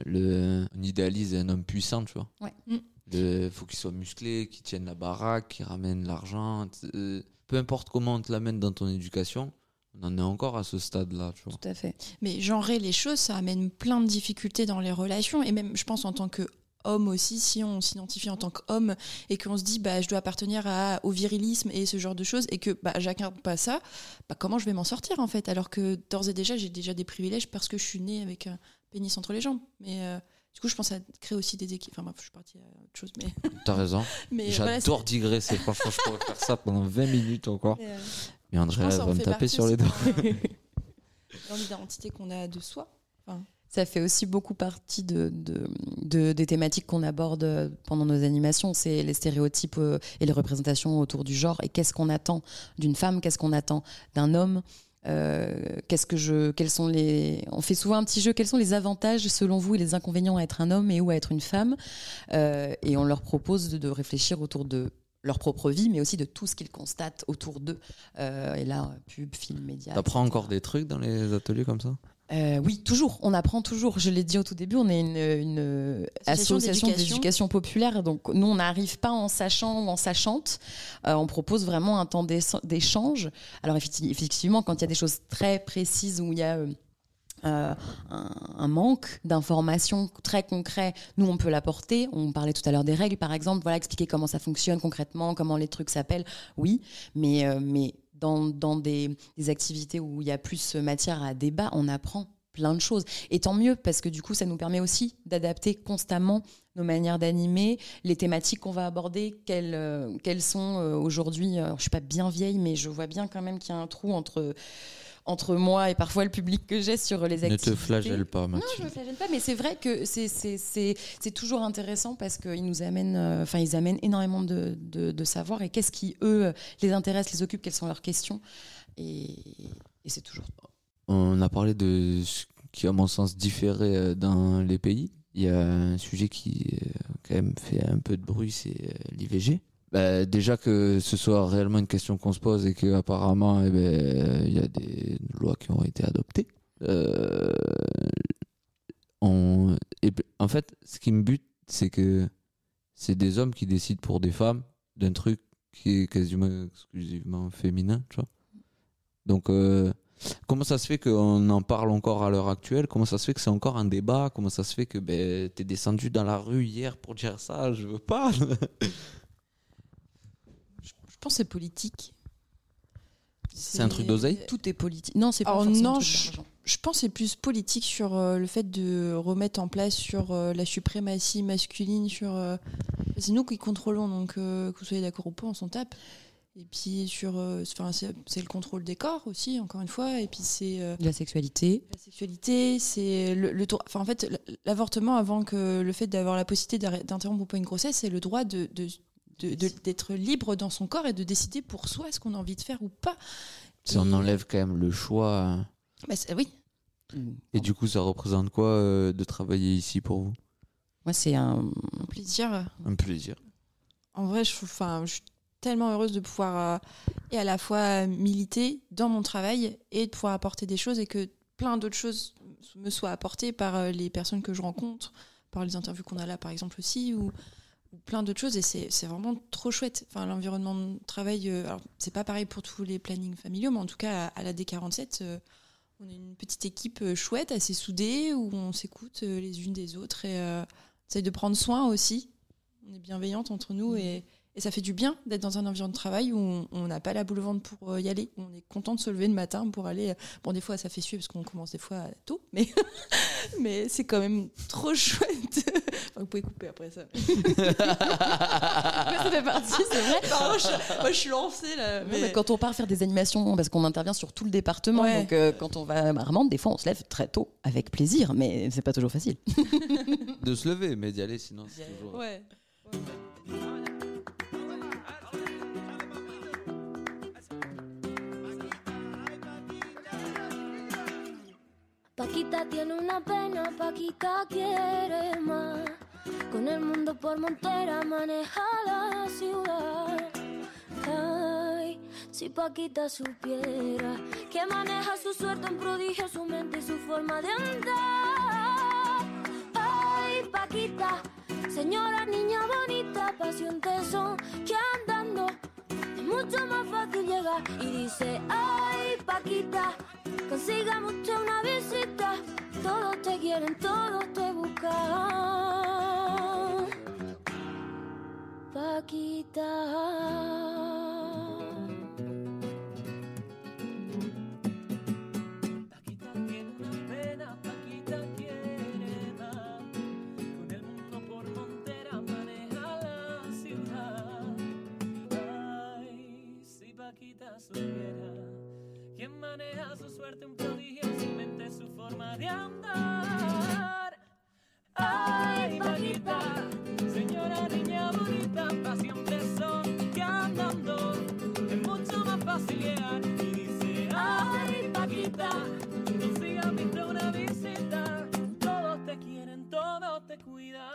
On idéalise un homme puissant, tu vois. Ouais. Faut qu'il soit musclé, qu'il tienne la baraque, qu'il ramène l'argent. Peu importe comment on te l'amène dans ton éducation, on en est encore à ce stade-là, tu vois. Tout à fait. Mais genrer les choses, ça amène plein de difficultés dans les relations, et même, je pense, en tant que homme aussi, si on s'identifie en tant qu'homme et qu'on se dit je dois appartenir au virilisme et ce genre de choses, et que j'incarne pas ça, comment je vais m'en sortir en fait, alors que d'ores et déjà j'ai déjà des privilèges parce que je suis née avec un pénis entre les jambes. Mais Du coup, je pense à créer aussi des équipes. Enfin bref, je suis partie à autre chose, mais. T'as raison. Mais J'adore voilà, digresser. Franchement, je pourrais faire ça pendant 20 minutes encore. Mais Andrea ça en va me fait taper partie sur les aussi doigts. dans l'identité qu'on a de soi. Enfin, Ça fait aussi beaucoup partie des thématiques qu'on aborde pendant nos animations. C'est les stéréotypes et les représentations autour du genre. Et qu'est-ce qu'on attend d'une femme, qu'est-ce qu'on attend d'un homme. Quels sont les... On fait souvent un petit jeu. Quels sont les avantages selon vous et les inconvénients à être un homme et ou à être une femme, et on leur propose de réfléchir autour de leur propre vie, mais aussi de tout ce qu'ils constatent autour d'eux. Et là, pub, film, médias. T'apprends encore des trucs dans les ateliers comme ça? Oui, toujours. On apprend toujours. Je l'ai dit au tout début, on est une association d'éducation populaire. Donc, nous, on n'arrive pas en sachant ou en sachante. On propose vraiment un temps d'échange. Alors, effectivement, quand il y a des choses très précises où il y a un manque d'informations très concret, nous, on peut l'apporter. On parlait tout à l'heure des règles, par exemple. Voilà, expliquer comment ça fonctionne concrètement, comment les trucs s'appellent. Oui, mais dans des activités où il y a plus matière à débat, on apprend plein de choses. Et tant mieux, parce que du coup, ça nous permet aussi d'adapter constamment nos manières d'animer, les thématiques qu'on va aborder, quelles sont aujourd'hui. Je suis pas bien vieille, mais je vois bien quand même qu'il y a un trou entre moi et parfois le public que j'ai sur les activités. Ne te flagelle pas, Mathilde. Non, je me flagelle pas, mais c'est vrai que c'est toujours intéressant parce qu'ils nous amènent, ils amènent énormément de savoir et qu'est-ce qui, eux, les intéresse, les occupe, quelles sont leurs questions. Et c'est toujours... On a parlé de ce qui, à mon sens, différait dans les pays. Il y a un sujet qui, quand même, fait un peu de bruit, c'est l'IVG. Déjà que ce soit réellement une question qu'on se pose et qu'apparemment il y a des lois qui ont été adoptées. En fait, ce qui me bute, c'est que c'est des hommes qui décident pour des femmes d'un truc qui est quasiment exclusivement féminin, tu vois. Donc, comment ça se fait qu'on en parle encore à l'heure actuelle? Comment ça se fait que c'est encore un débat? Comment ça se fait que t'es descendu dans la rue hier pour dire ça? Je veux pas. Je pense que c'est politique. C'est un truc d'oseille? Tout est politique. Non, c'est pas forcément un truc d'argent. Je pense que c'est plus politique sur le fait de remettre en place sur la suprématie masculine. C'est nous qui contrôlons, donc que vous soyez d'accord ou pas, on s'en tape. Et puis c'est le contrôle des corps aussi, encore une fois. Et puis c'est la sexualité. La sexualité, c'est le droit. Enfin, en fait, l'avortement, avant que le fait d'avoir la possibilité d'interrompre ou pas une grossesse, c'est le droit d'être libre dans son corps et de décider pour soi ce qu'on a envie de faire ou pas. Si on enlève quand même le choix. Oui. Et du coup, ça représente quoi de travailler ici pour vous? Moi, c'est un plaisir. Un plaisir. En vrai, je suis tellement heureuse de pouvoir et à la fois militer dans mon travail et de pouvoir apporter des choses et que plein d'autres choses me soient apportées par les personnes que je rencontre, par les interviews qu'on a là, par exemple, aussi, ou plein d'autres choses, et c'est vraiment trop chouette. Enfin, l'environnement de travail, alors c'est pas pareil pour tous les plannings familiaux, mais en tout cas à la D47, on est une petite équipe chouette, assez soudée, où on s'écoute les unes des autres et on essaye de prendre soin aussi. On est bienveillante entre nous et ça fait du bien d'être dans un environnement de travail où on n'a pas la boule au ventre pour y aller. On est content de se lever le matin pour aller. Bon, des fois, ça fait suer parce qu'on commence des fois tôt, mais c'est quand même trop chouette. Enfin, vous pouvez couper après ça. Ça fait partie, c'est vrai. Moi, je suis lancée là. Mais quand on part faire des animations, parce qu'on intervient sur tout le département, ouais. Donc quand on va à Marmande, des fois, on se lève très tôt, avec plaisir, mais c'est pas toujours facile. De se lever, mais d'y aller, sinon c'est toujours. Ouais. Paquita tiene una pena, Paquita quiere más. Con el mundo por montera maneja la ciudad. Ay, si Paquita supiera que maneja su suerte en prodigio, su mente y su forma de andar. Ay, Paquita, señora niña bonita, pasión tesón, que andando es mucho más fácil llegar. Y dice, ay, Paquita, consigamos usted una visita, todos te quieren, todos te buscan. Paquita. Paquita tiene una pena, Paquita quiere más. supiera. Quien maneja su suerte un prodigio, su mente, su forma de andar. Ay, Paquita, señora niña bonita, pa' siempre son que andando es mucho más fácil llegar. Y dice, ay, Paquita, consígame una visita, todos te quieren, todos te cuidan.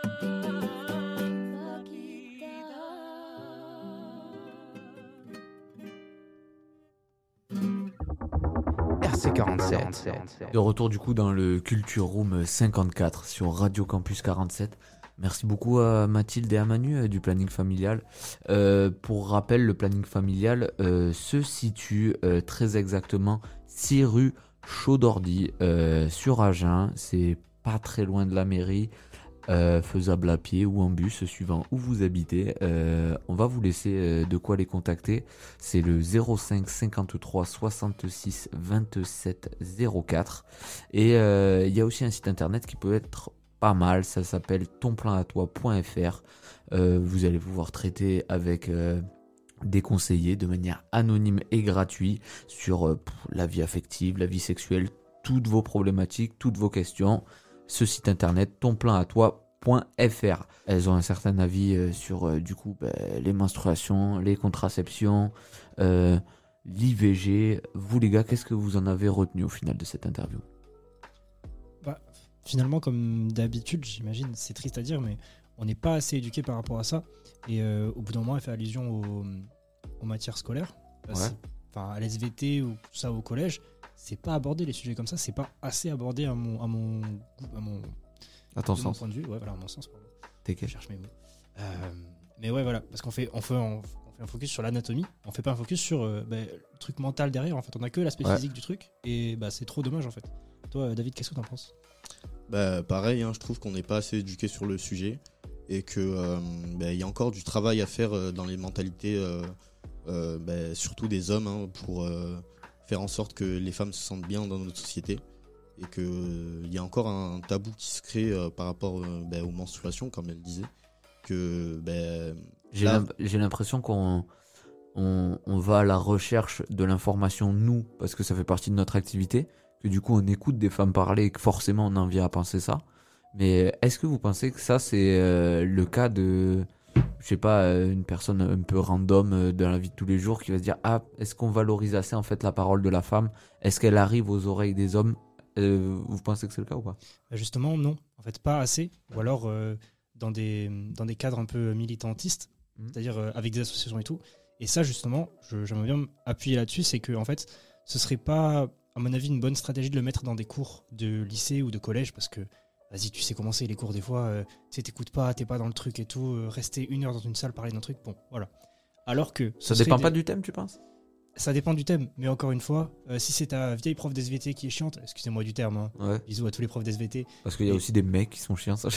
RC47. De retour du coup dans le Culture Room 54 sur Radio Campus 47. Merci beaucoup à Mathilde et à Manu du planning familial. Pour rappel, le planning familial se situe très exactement 6 rue Chaudordy sur Agen. C'est pas très loin de la mairie. Faisable à pied ou en bus suivant où vous habitez. On va vous laisser de quoi les contacter. C'est le 05 53 66 27 04 et il y a aussi un site internet qui peut être pas mal, ça s'appelle tonplanatoi.fr. Vous allez pouvoir traiter avec des conseillers de manière anonyme et gratuite sur la vie affective, la vie sexuelle, toutes vos problématiques, toutes vos questions. Ce site internet, tonplanatoi.fr. Elles ont un certain avis sur du coup les menstruations, les contraceptions, l'IVG. Vous les gars, qu'est-ce que vous en avez retenu au final de cette interview ? Finalement, comme d'habitude, j'imagine, c'est triste à dire, mais on n'est pas assez éduqué par rapport à ça. Et au bout d'un moment, elle fait allusion aux matières scolaires. Enfin, à l'SVT ou tout ça au collège. C'est pas abordé les sujets comme ça, c'est pas assez abordé à mon à ton sens. Mon point de vue, ouais, voilà, à mon sens, pardon. Je cherche mes mots. Mais ouais, voilà, parce qu'on fait un focus sur l'anatomie, on fait pas un focus sur le truc mental derrière. En fait, on a que l'aspect physique du truc, et c'est trop dommage en fait. Toi, David, qu'est-ce que t'en penses ? Pareil, je trouve qu'on n'est pas assez éduqué sur le sujet et que y a encore du travail à faire dans les mentalités, surtout des hommes, pour faire en sorte que les femmes se sentent bien dans notre société et qu'il y a encore un tabou qui se crée par rapport aux menstruations, comme elle disait. J'ai l'impression qu'on va à la recherche de l'information, nous, parce que ça fait partie de notre activité, que du coup on écoute des femmes parler et que forcément on en vient à penser ça. Mais est-ce que vous pensez que ça c'est le cas de... je sais pas, une personne un peu random dans la vie de tous les jours qui va se dire est-ce qu'on valorise assez en fait la parole de la femme ? Est-ce qu'elle arrive aux oreilles des hommes ? Vous pensez que c'est le cas ou pas ? Justement non, en fait pas assez, ou alors dans des cadres un peu militantistes, c'est-à-dire avec des associations et tout. Et ça justement, j'aimerais bien appuyer là-dessus, c'est que en fait ce serait pas à mon avis une bonne stratégie de le mettre dans des cours de lycée ou de collège, parce que vas-y, tu sais comment c'est les cours des fois, t'écoutes pas, t'es pas dans le truc et tout, rester 1 heure dans une salle, parler d'un truc, bon, voilà. Alors que... Ça dépend pas du thème, tu penses ? Ça dépend du thème, mais encore une fois, si c'est ta vieille prof d'SVT qui est chiante, excusez-moi du terme, bisous à tous les profs d'SVT. Parce qu'il y a aussi des mecs qui sont chiants, ça.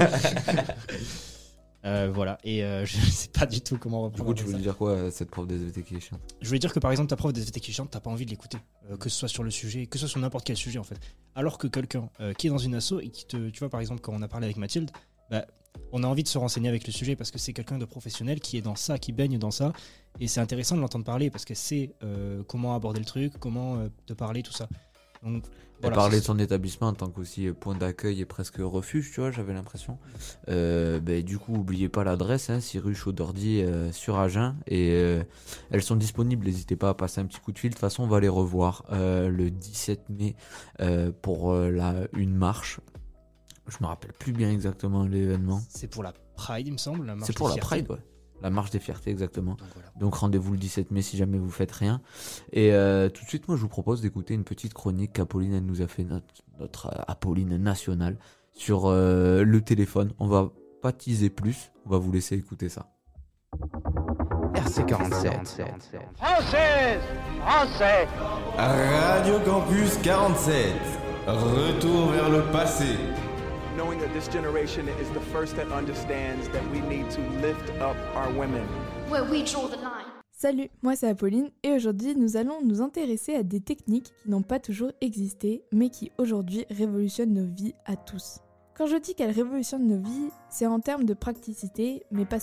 Voilà, et je sais pas du tout comment reprendre. Du coup, tu voulais dire quoi, cette prof d'SVT qui est chiante ? Je voulais dire que par exemple, ta prof d'SVT qui est chiante, t'as pas envie de l'écouter, que ce soit sur le sujet, que ce soit sur n'importe quel sujet en fait. Alors que quelqu'un qui est dans une asso et qui tu vois par exemple quand on a parlé avec Mathilde, on a envie de se renseigner avec le sujet parce que c'est quelqu'un de professionnel qui est dans ça, qui baigne dans ça, et c'est intéressant de l'entendre parler parce qu'elle sait comment aborder le truc, comment te parler, tout ça. Donc, voilà, parler de son établissement en tant qu'aussi point d'accueil et presque refuge, tu vois, j'avais l'impression. Du coup, n'oubliez pas l'adresse, 6 rue Chaudordy sur Agen, et elles sont disponibles, n'hésitez pas à passer un petit coup de fil. De toute façon, on va les revoir le 17 mai pour une marche. Je me rappelle plus bien exactement l'événement. C'est pour la Pride, il me semble. C'est pour la Pride, ouais. La marche des fiertés, exactement. Donc rendez-vous le 17 mai si jamais vous faites rien. Et tout de suite, moi je vous propose d'écouter une petite chronique qu'Apolline elle nous a fait, notre Apolline nationale, sur le téléphone. On va pas teaser plus, on va vous laisser écouter ça. RC47. Française, Français. Radio Campus 47. Retour vers le passé. Knowing that this generation is the first that understands that we need to lift up our women. Where we draw the line. Salut, moi c'est Apolline et aujourd'hui nous allons nous intéresser à des techniques qui n'ont pas toujours existé mais qui aujourd'hui révolutionnent nos vies à tous. Quand je dis qu'elles révolutionnent nos vies, c'est en termes de praticité mais pas seulement.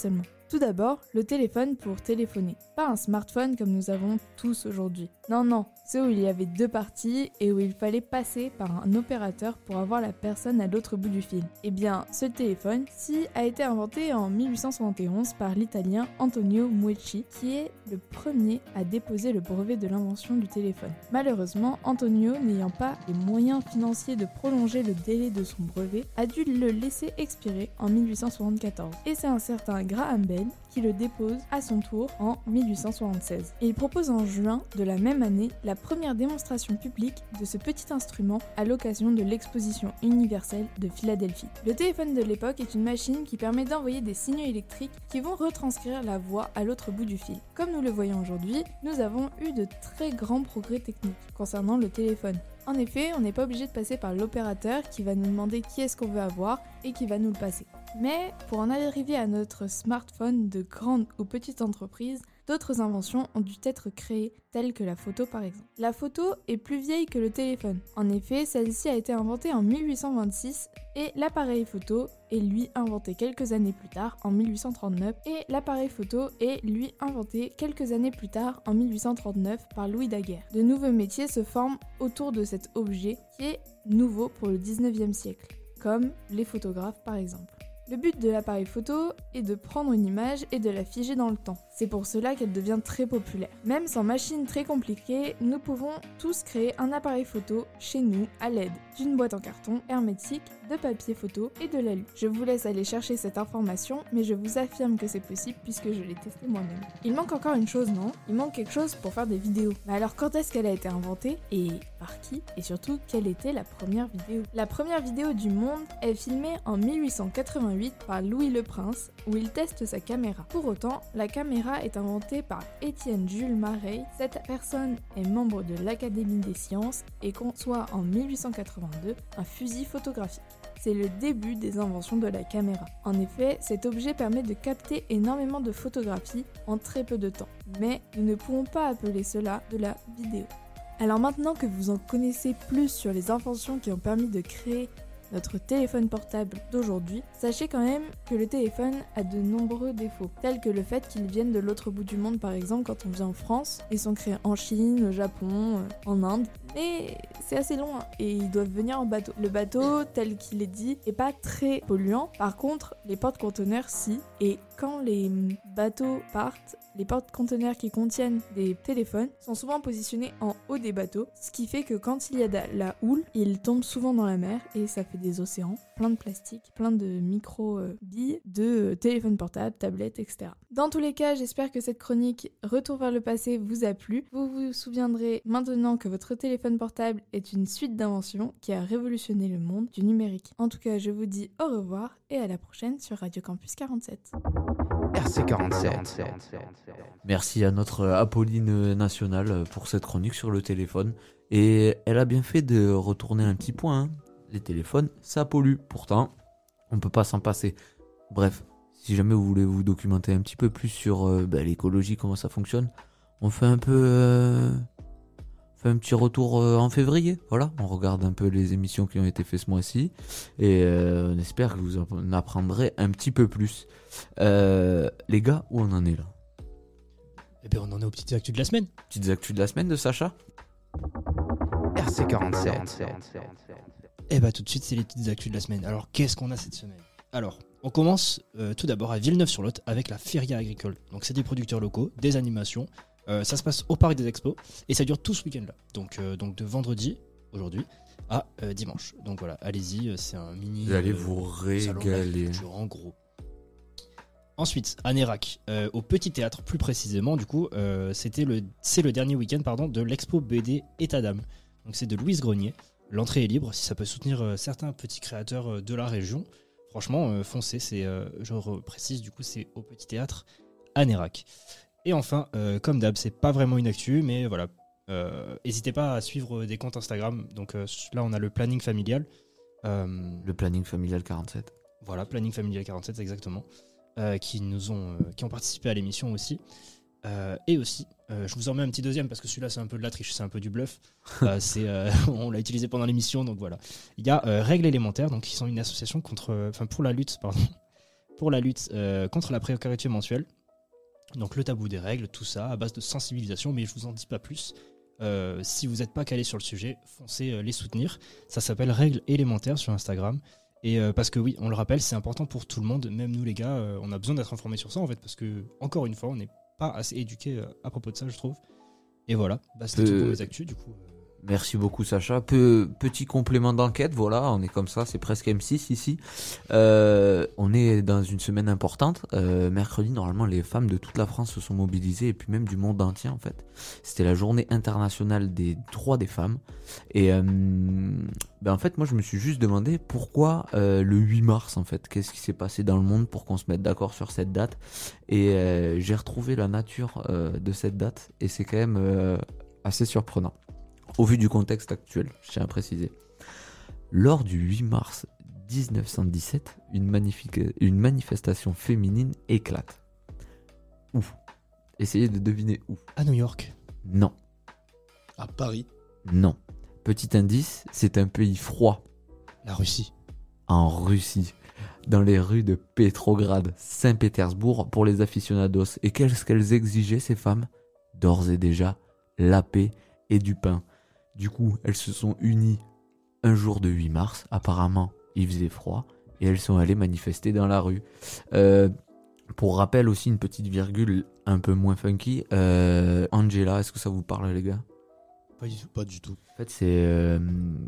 Tout d'abord, le téléphone pour téléphoner. Pas un smartphone comme nous avons tous aujourd'hui. Non, c'est où il y avait 2 parties et où il fallait passer par un opérateur pour avoir la personne à l'autre bout du fil. Eh bien, ce téléphone-ci a été inventé en 1871 par l'italien Antonio Meucci, qui est le premier à déposer le brevet de l'invention du téléphone. Malheureusement, Antonio, n'ayant pas les moyens financiers de prolonger le délai de son brevet, a dû le laisser expirer en 1874. Et c'est un certain Graham Bell qui le dépose à son tour en 1876. Et il propose en juin de la même année la première démonstration publique de ce petit instrument à l'occasion de l'exposition universelle de Philadelphie. Le téléphone de l'époque est une machine qui permet d'envoyer des signaux électriques qui vont retranscrire la voix à l'autre bout du fil. Comme nous le voyons aujourd'hui, nous avons eu de très grands progrès techniques concernant le téléphone. En effet, on n'est pas obligé de passer par l'opérateur qui va nous demander qui est-ce qu'on veut avoir et qui va nous le passer. Mais pour en arriver à notre smartphone de grande ou petite entreprise, d'autres inventions ont dû être créées, telles que la photo par exemple. La photo est plus vieille que le téléphone. En effet, celle-ci a été inventée en 1826 et l'appareil photo est lui inventé quelques années plus tard, en 1839, et l'appareil photo est lui inventé quelques années plus tard, en 1839, par Louis Daguerre. De nouveaux métiers se forment autour de cet objet qui est nouveau pour le 19e siècle, comme les photographes par exemple. Le but de l'appareil photo est de prendre une image et de la figer dans le temps. C'est pour cela qu'elle devient très populaire. Même sans machine très compliquée, nous pouvons tous créer un appareil photo chez nous à l'aide d'une boîte en carton hermétique, de papier photo et de l'alu. Je vous laisse aller chercher cette information, mais je vous affirme que c'est possible puisque je l'ai testé moi-même. Il manque encore une chose, non ? Il manque quelque chose pour faire des vidéos. Mais alors quand est-ce qu'elle a été inventée ? Et par qui ? Et surtout, quelle était la première vidéo ? La première vidéo du monde est filmée en 1888 par Louis le Prince, où il teste sa caméra. Pour autant, la caméra est inventée par Étienne Jules Marey. Cette personne est membre de l'Académie des sciences et conçoit en 1882 un fusil photographique. C'est le début des inventions de la caméra. En effet, cet objet permet de capter énormément de photographies en très peu de temps. Mais nous ne pouvons pas appeler cela de la vidéo. Alors maintenant que vous en connaissez plus sur les inventions qui ont permis de créer notre téléphone portable d'aujourd'hui, sachez quand même que le téléphone a de nombreux défauts, tels que le fait qu'ils viennent de l'autre bout du monde par exemple quand on vient en France. Ils sont créés en Chine, au Japon, en Inde, mais c'est assez long et ils doivent venir en bateau. Le bateau, tel qu'il est dit, est pas très polluant. Par contre, les porte-conteneurs, si. Et quand les bateaux partent, les porte-conteneurs qui contiennent des téléphones sont souvent positionnés en haut des bateaux, ce qui fait que quand il y a de la houle, ils tombent souvent dans la mer et ça fait des océans, plein de plastique, plein de micro-billes, de téléphones portables, tablettes, etc. Dans tous les cas, j'espère que cette chronique Retour vers le passé vous a plu. Vous vous souviendrez maintenant que votre téléphone portable est une suite d'inventions qui a révolutionné le monde du numérique. En tout cas, je vous dis au revoir et à la prochaine sur Radio Campus 47. RC47. Merci à notre Apolline nationale pour cette chronique sur le téléphone. Et elle a bien fait de retourner un petit point. Hein. Les téléphones, ça pollue. Pourtant, on peut pas s'en passer. Bref, si jamais vous voulez vous documenter un petit peu plus sur l'écologie, comment ça fonctionne, on fait un peu... un petit retour en février, voilà, on regarde un peu les émissions qui ont été faites ce mois-ci et on espère que vous en apprendrez un petit peu plus. Les gars, où on en est là ? Eh bien on en est aux petites actus de la semaine. Petites actus de la semaine de Sacha ? RC47. Eh bien tout de suite c'est les petites actus de la semaine. Alors qu'est-ce qu'on a cette semaine ? Alors on commence tout d'abord à Villeneuve-sur-Lot avec la Feria agricole. Donc c'est des producteurs locaux, des animations. Ça se passe au Parc des Expos et ça dure tout ce week-end là. Donc de vendredi, aujourd'hui, à dimanche. Donc voilà, allez-y, c'est un mini. Vous allez vous régaler. En gros. Ensuite, à Nérac, au Petit Théâtre plus précisément, du coup, c'est le dernier week-end de l'expo BD État d'âme. Donc c'est de Louise Grenier. L'entrée est libre, si ça peut soutenir certains petits créateurs de la région. Franchement, foncez, je précise, du coup, c'est au Petit Théâtre à Nérac. Et enfin, comme d'hab, c'est pas vraiment une actu, mais voilà, n'hésitez pas à suivre des comptes Instagram. Donc là, on a le planning familial. Le planning familial 47. Voilà, planning familial 47, exactement. Qui ont participé à l'émission aussi. Et aussi, je vous en mets un petit deuxième parce que celui-là, c'est un peu de la triche, c'est un peu du bluff. On l'a utilisé pendant l'émission, donc voilà. Il y a Règles élémentaires, donc qui sont une association pour la lutte, pour la lutte contre la précarité menstruelle. Donc le tabou des règles, tout ça, à base de sensibilisation, mais je vous en dis pas plus. Si vous n'êtes pas calé sur le sujet, foncez les soutenir. Ça s'appelle Règles élémentaires sur Instagram. Et parce que oui, on le rappelle, c'est important pour tout le monde, même nous les gars, on a besoin d'être informés sur ça en fait, parce que, encore une fois, on n'est pas assez éduqués à propos de ça, je trouve. Et voilà, c'était tout pour mes actus, du coup. Merci beaucoup Sacha. Petit complément d'enquête, voilà, on est comme ça, c'est presque M6 ici. On est dans une semaine importante. Mercredi, normalement, les femmes de toute la France se sont mobilisées, et puis même du monde entier en fait. C'était la journée internationale des droits des femmes. Et en fait, moi je me suis juste demandé pourquoi le 8 mars en fait. Qu'est-ce qui s'est passé dans le monde pour qu'on se mette d'accord sur cette date. Et j'ai retrouvé la nature de cette date, et c'est quand même assez surprenant. Au vu du contexte actuel, je tiens à préciser. Lors du 8 mars 1917, une manifestation féminine éclate. Où ? Essayez de deviner où. À New York. Non. À Paris. Non. Petit indice, c'est un pays froid. La Russie. En Russie. Dans les rues de Pétrograd, Saint-Pétersbourg, pour les aficionados. Et qu'est-ce qu'elles exigeaient, ces femmes ? D'ores et déjà, la paix et du pain. Du coup, elles se sont unies un jour de 8 mars. Apparemment, il faisait froid. Et elles sont allées manifester dans la rue. Pour rappel aussi, une petite virgule un peu moins funky. Angela, est-ce que ça vous parle les gars ? Pas du tout. En fait, c'est...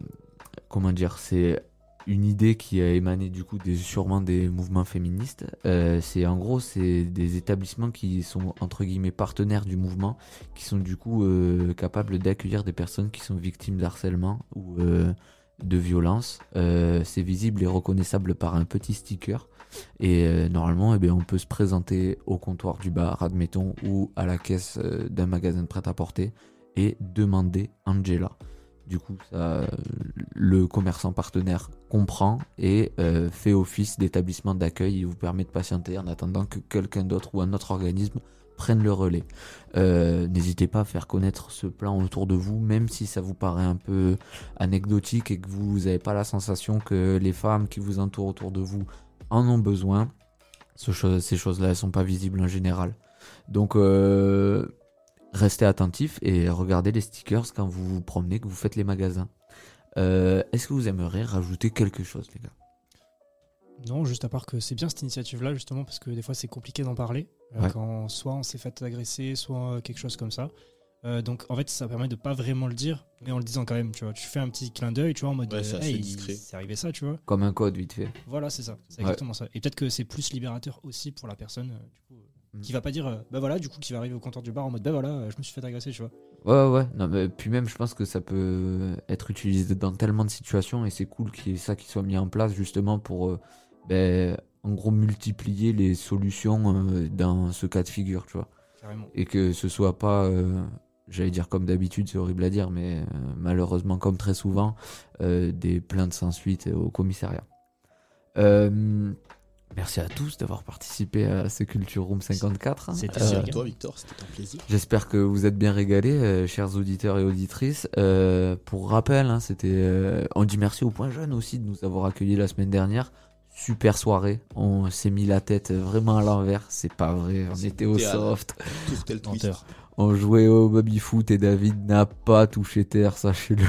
c'est une idée qui a émané du coup sûrement des mouvements féministes. C'est des établissements qui sont entre guillemets partenaires du mouvement, qui sont du coup capables d'accueillir des personnes qui sont victimes d'harcèlement ou de violence. C'est visible et reconnaissable par un petit sticker. Et normalement, on peut se présenter au comptoir du bar, admettons, ou à la caisse d'un magasin de prêt-à-porter et demander Angela. Du coup, le commerçant partenaire comprend et fait office d'établissement d'accueil et vous permet de patienter en attendant que quelqu'un d'autre ou un autre organisme prenne le relais. N'hésitez pas à faire connaître ce plan autour de vous, même si ça vous paraît un peu anecdotique et que vous n'avez pas la sensation que les femmes qui vous entourent autour de vous en ont besoin. Ces choses-là, elles ne sont pas visibles en général. Donc... restez attentifs et regardez les stickers quand vous vous promenez, que vous faites les magasins. Est-ce que vous aimeriez rajouter quelque chose, les gars ? Non, juste à part que c'est bien cette initiative-là, justement, parce que des fois c'est compliqué d'en parler. Quand soit on s'est fait agresser, soit quelque chose comme ça. Donc en fait, ça permet de pas vraiment le dire, mais en le disant quand même, tu vois. Tu fais un petit clin d'œil, tu vois, en mode c'est arrivé ça, tu vois. Comme un code, vite fait. Voilà, c'est ça. C'est exactement ça. Et peut-être que c'est plus libérateur aussi pour la personne, du coup. Qui va pas dire qui va arriver au comptoir du bar en mode je me suis fait agresser, tu vois. Ouais, non, mais puis même je pense que ça peut être utilisé dans tellement de situations et c'est cool qu'il y ait ça qui soit mis en place justement pour en gros multiplier les solutions dans ce cas de figure, tu vois. Carrément. Et que ce soit pas j'allais dire comme d'habitude, c'est horrible à dire, mais malheureusement comme très souvent des plaintes sans suite au commissariat. Merci à tous d'avoir participé à ce Culture Room 54. C'était à toi, Victor, c'était un plaisir. J'espère que vous êtes bien régalés, chers auditeurs et auditrices. Pour rappel, on dit merci au Point Jeune aussi de nous avoir accueillis la semaine dernière. Super soirée, on s'est mis la tête vraiment à l'envers, c'est pas vrai, on était au soft. On jouait au baby-foot et David n'a pas touché terre, sachez-le.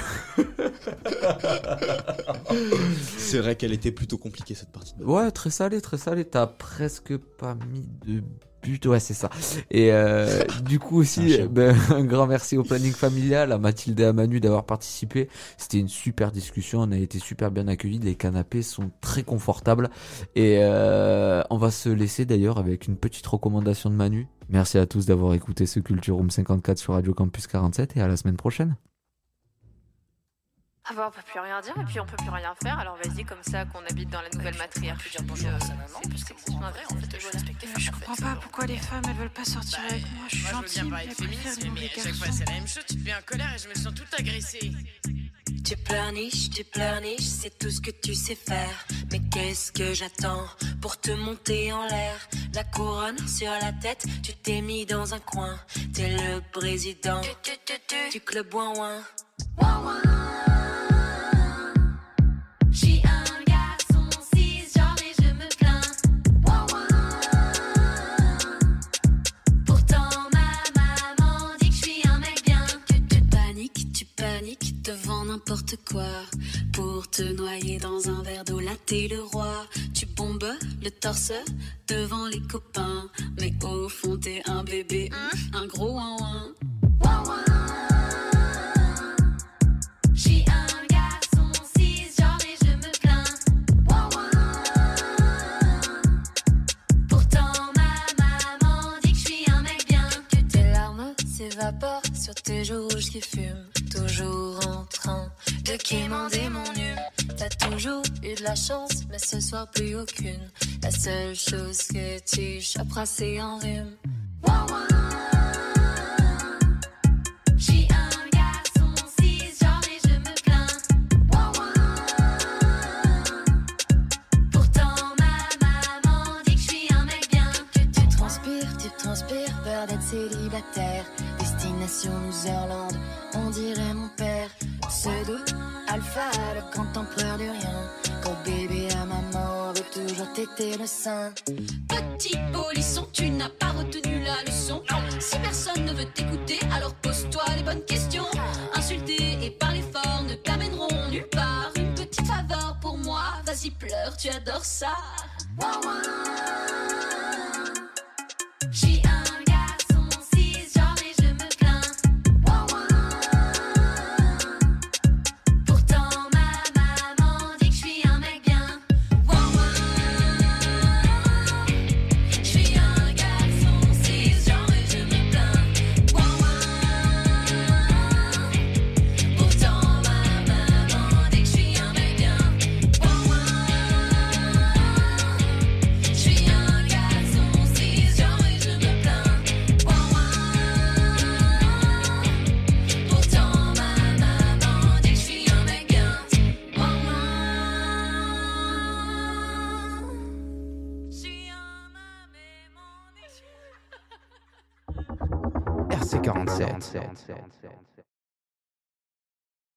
C'est vrai qu'elle était plutôt compliquée cette partie. Ouais, très salée. T'as presque pas mis de but. Ouais, c'est ça. Et du coup aussi, un grand merci au planning familial, à Mathilde et à Manu d'avoir participé. C'était une super discussion. On a été super bien accueillis. Les canapés sont très confortables. Et on va se laisser d'ailleurs avec une petite recommandation de Manu. Merci à tous d'avoir écouté ce Culture Room 54 sur Radio Campus 47 et à la semaine prochaine. Ah bah on peut plus rien dire et puis on peut plus rien faire, alors vas-y comme ça qu'on habite dans la nouvelle matriarche. Dire bonjour à sa maman, parce que c'est vrai en fait, je comprends pas pourquoi les femmes elles veulent pas sortir avec moi, je suis gentille, mais elles préfèrent les à chaque fois c'est la même chose, tu te mets en colère et je me sens toute agressée. Tu pleurniches, c'est tout ce que tu sais faire. Mais qu'est-ce que j'attends pour te monter en l'air? La couronne sur la tête, tu t'es mis dans un coin. T'es le président du club ouin ouin. J'suis un garçon cisgenre et je me plains. n'importe quoi pour te noyer dans un verre d'eau. Là t'es le roi, tu bombes le torse devant les copains, mais au fond t'es un bébé, un gros ouin-ouin. J'suis un garçon cisgenre et je me plains. Pourtant ma maman dit que j'suis un mec bien. Que tes larmes s'évaporent sur tes joues rouges qui fument, toujours en train de quémander mon hume. T'as toujours eu de la chance, mais ce soir plus aucune. La seule chose que tu choperas c'est en rhume. J'suis un garçon cisgenre et je me plains. Pourtant ma maman dit que j'suis un mec bien. Que tu transpires, peur d'être célibataire. Destination Loserland, on dirait mon père. Pseudo, alpha, le grand empereur du rien. Quand bébé à maman veut toujours téter le sein. Petit polisson, tu n'as pas retenu la leçon. Si personne ne veut t'écouter, alors pose-toi les bonnes questions. Insulter et parler fort ne t'amèneront nulle part. Une petite faveur pour moi, vas-y pleure, tu adores ça. J'suis un garçon cisgenre et je me plains. Pourtant ma maman dit que j'suis un mec bien. J'suis un garçon cisgenre et je me plains. Pourtant ma maman dit que j'suis un mec bien. J'suis un garçon cisgenre et je me plains. Pourtant ma maman dit que j'suis un mec bien. RC47.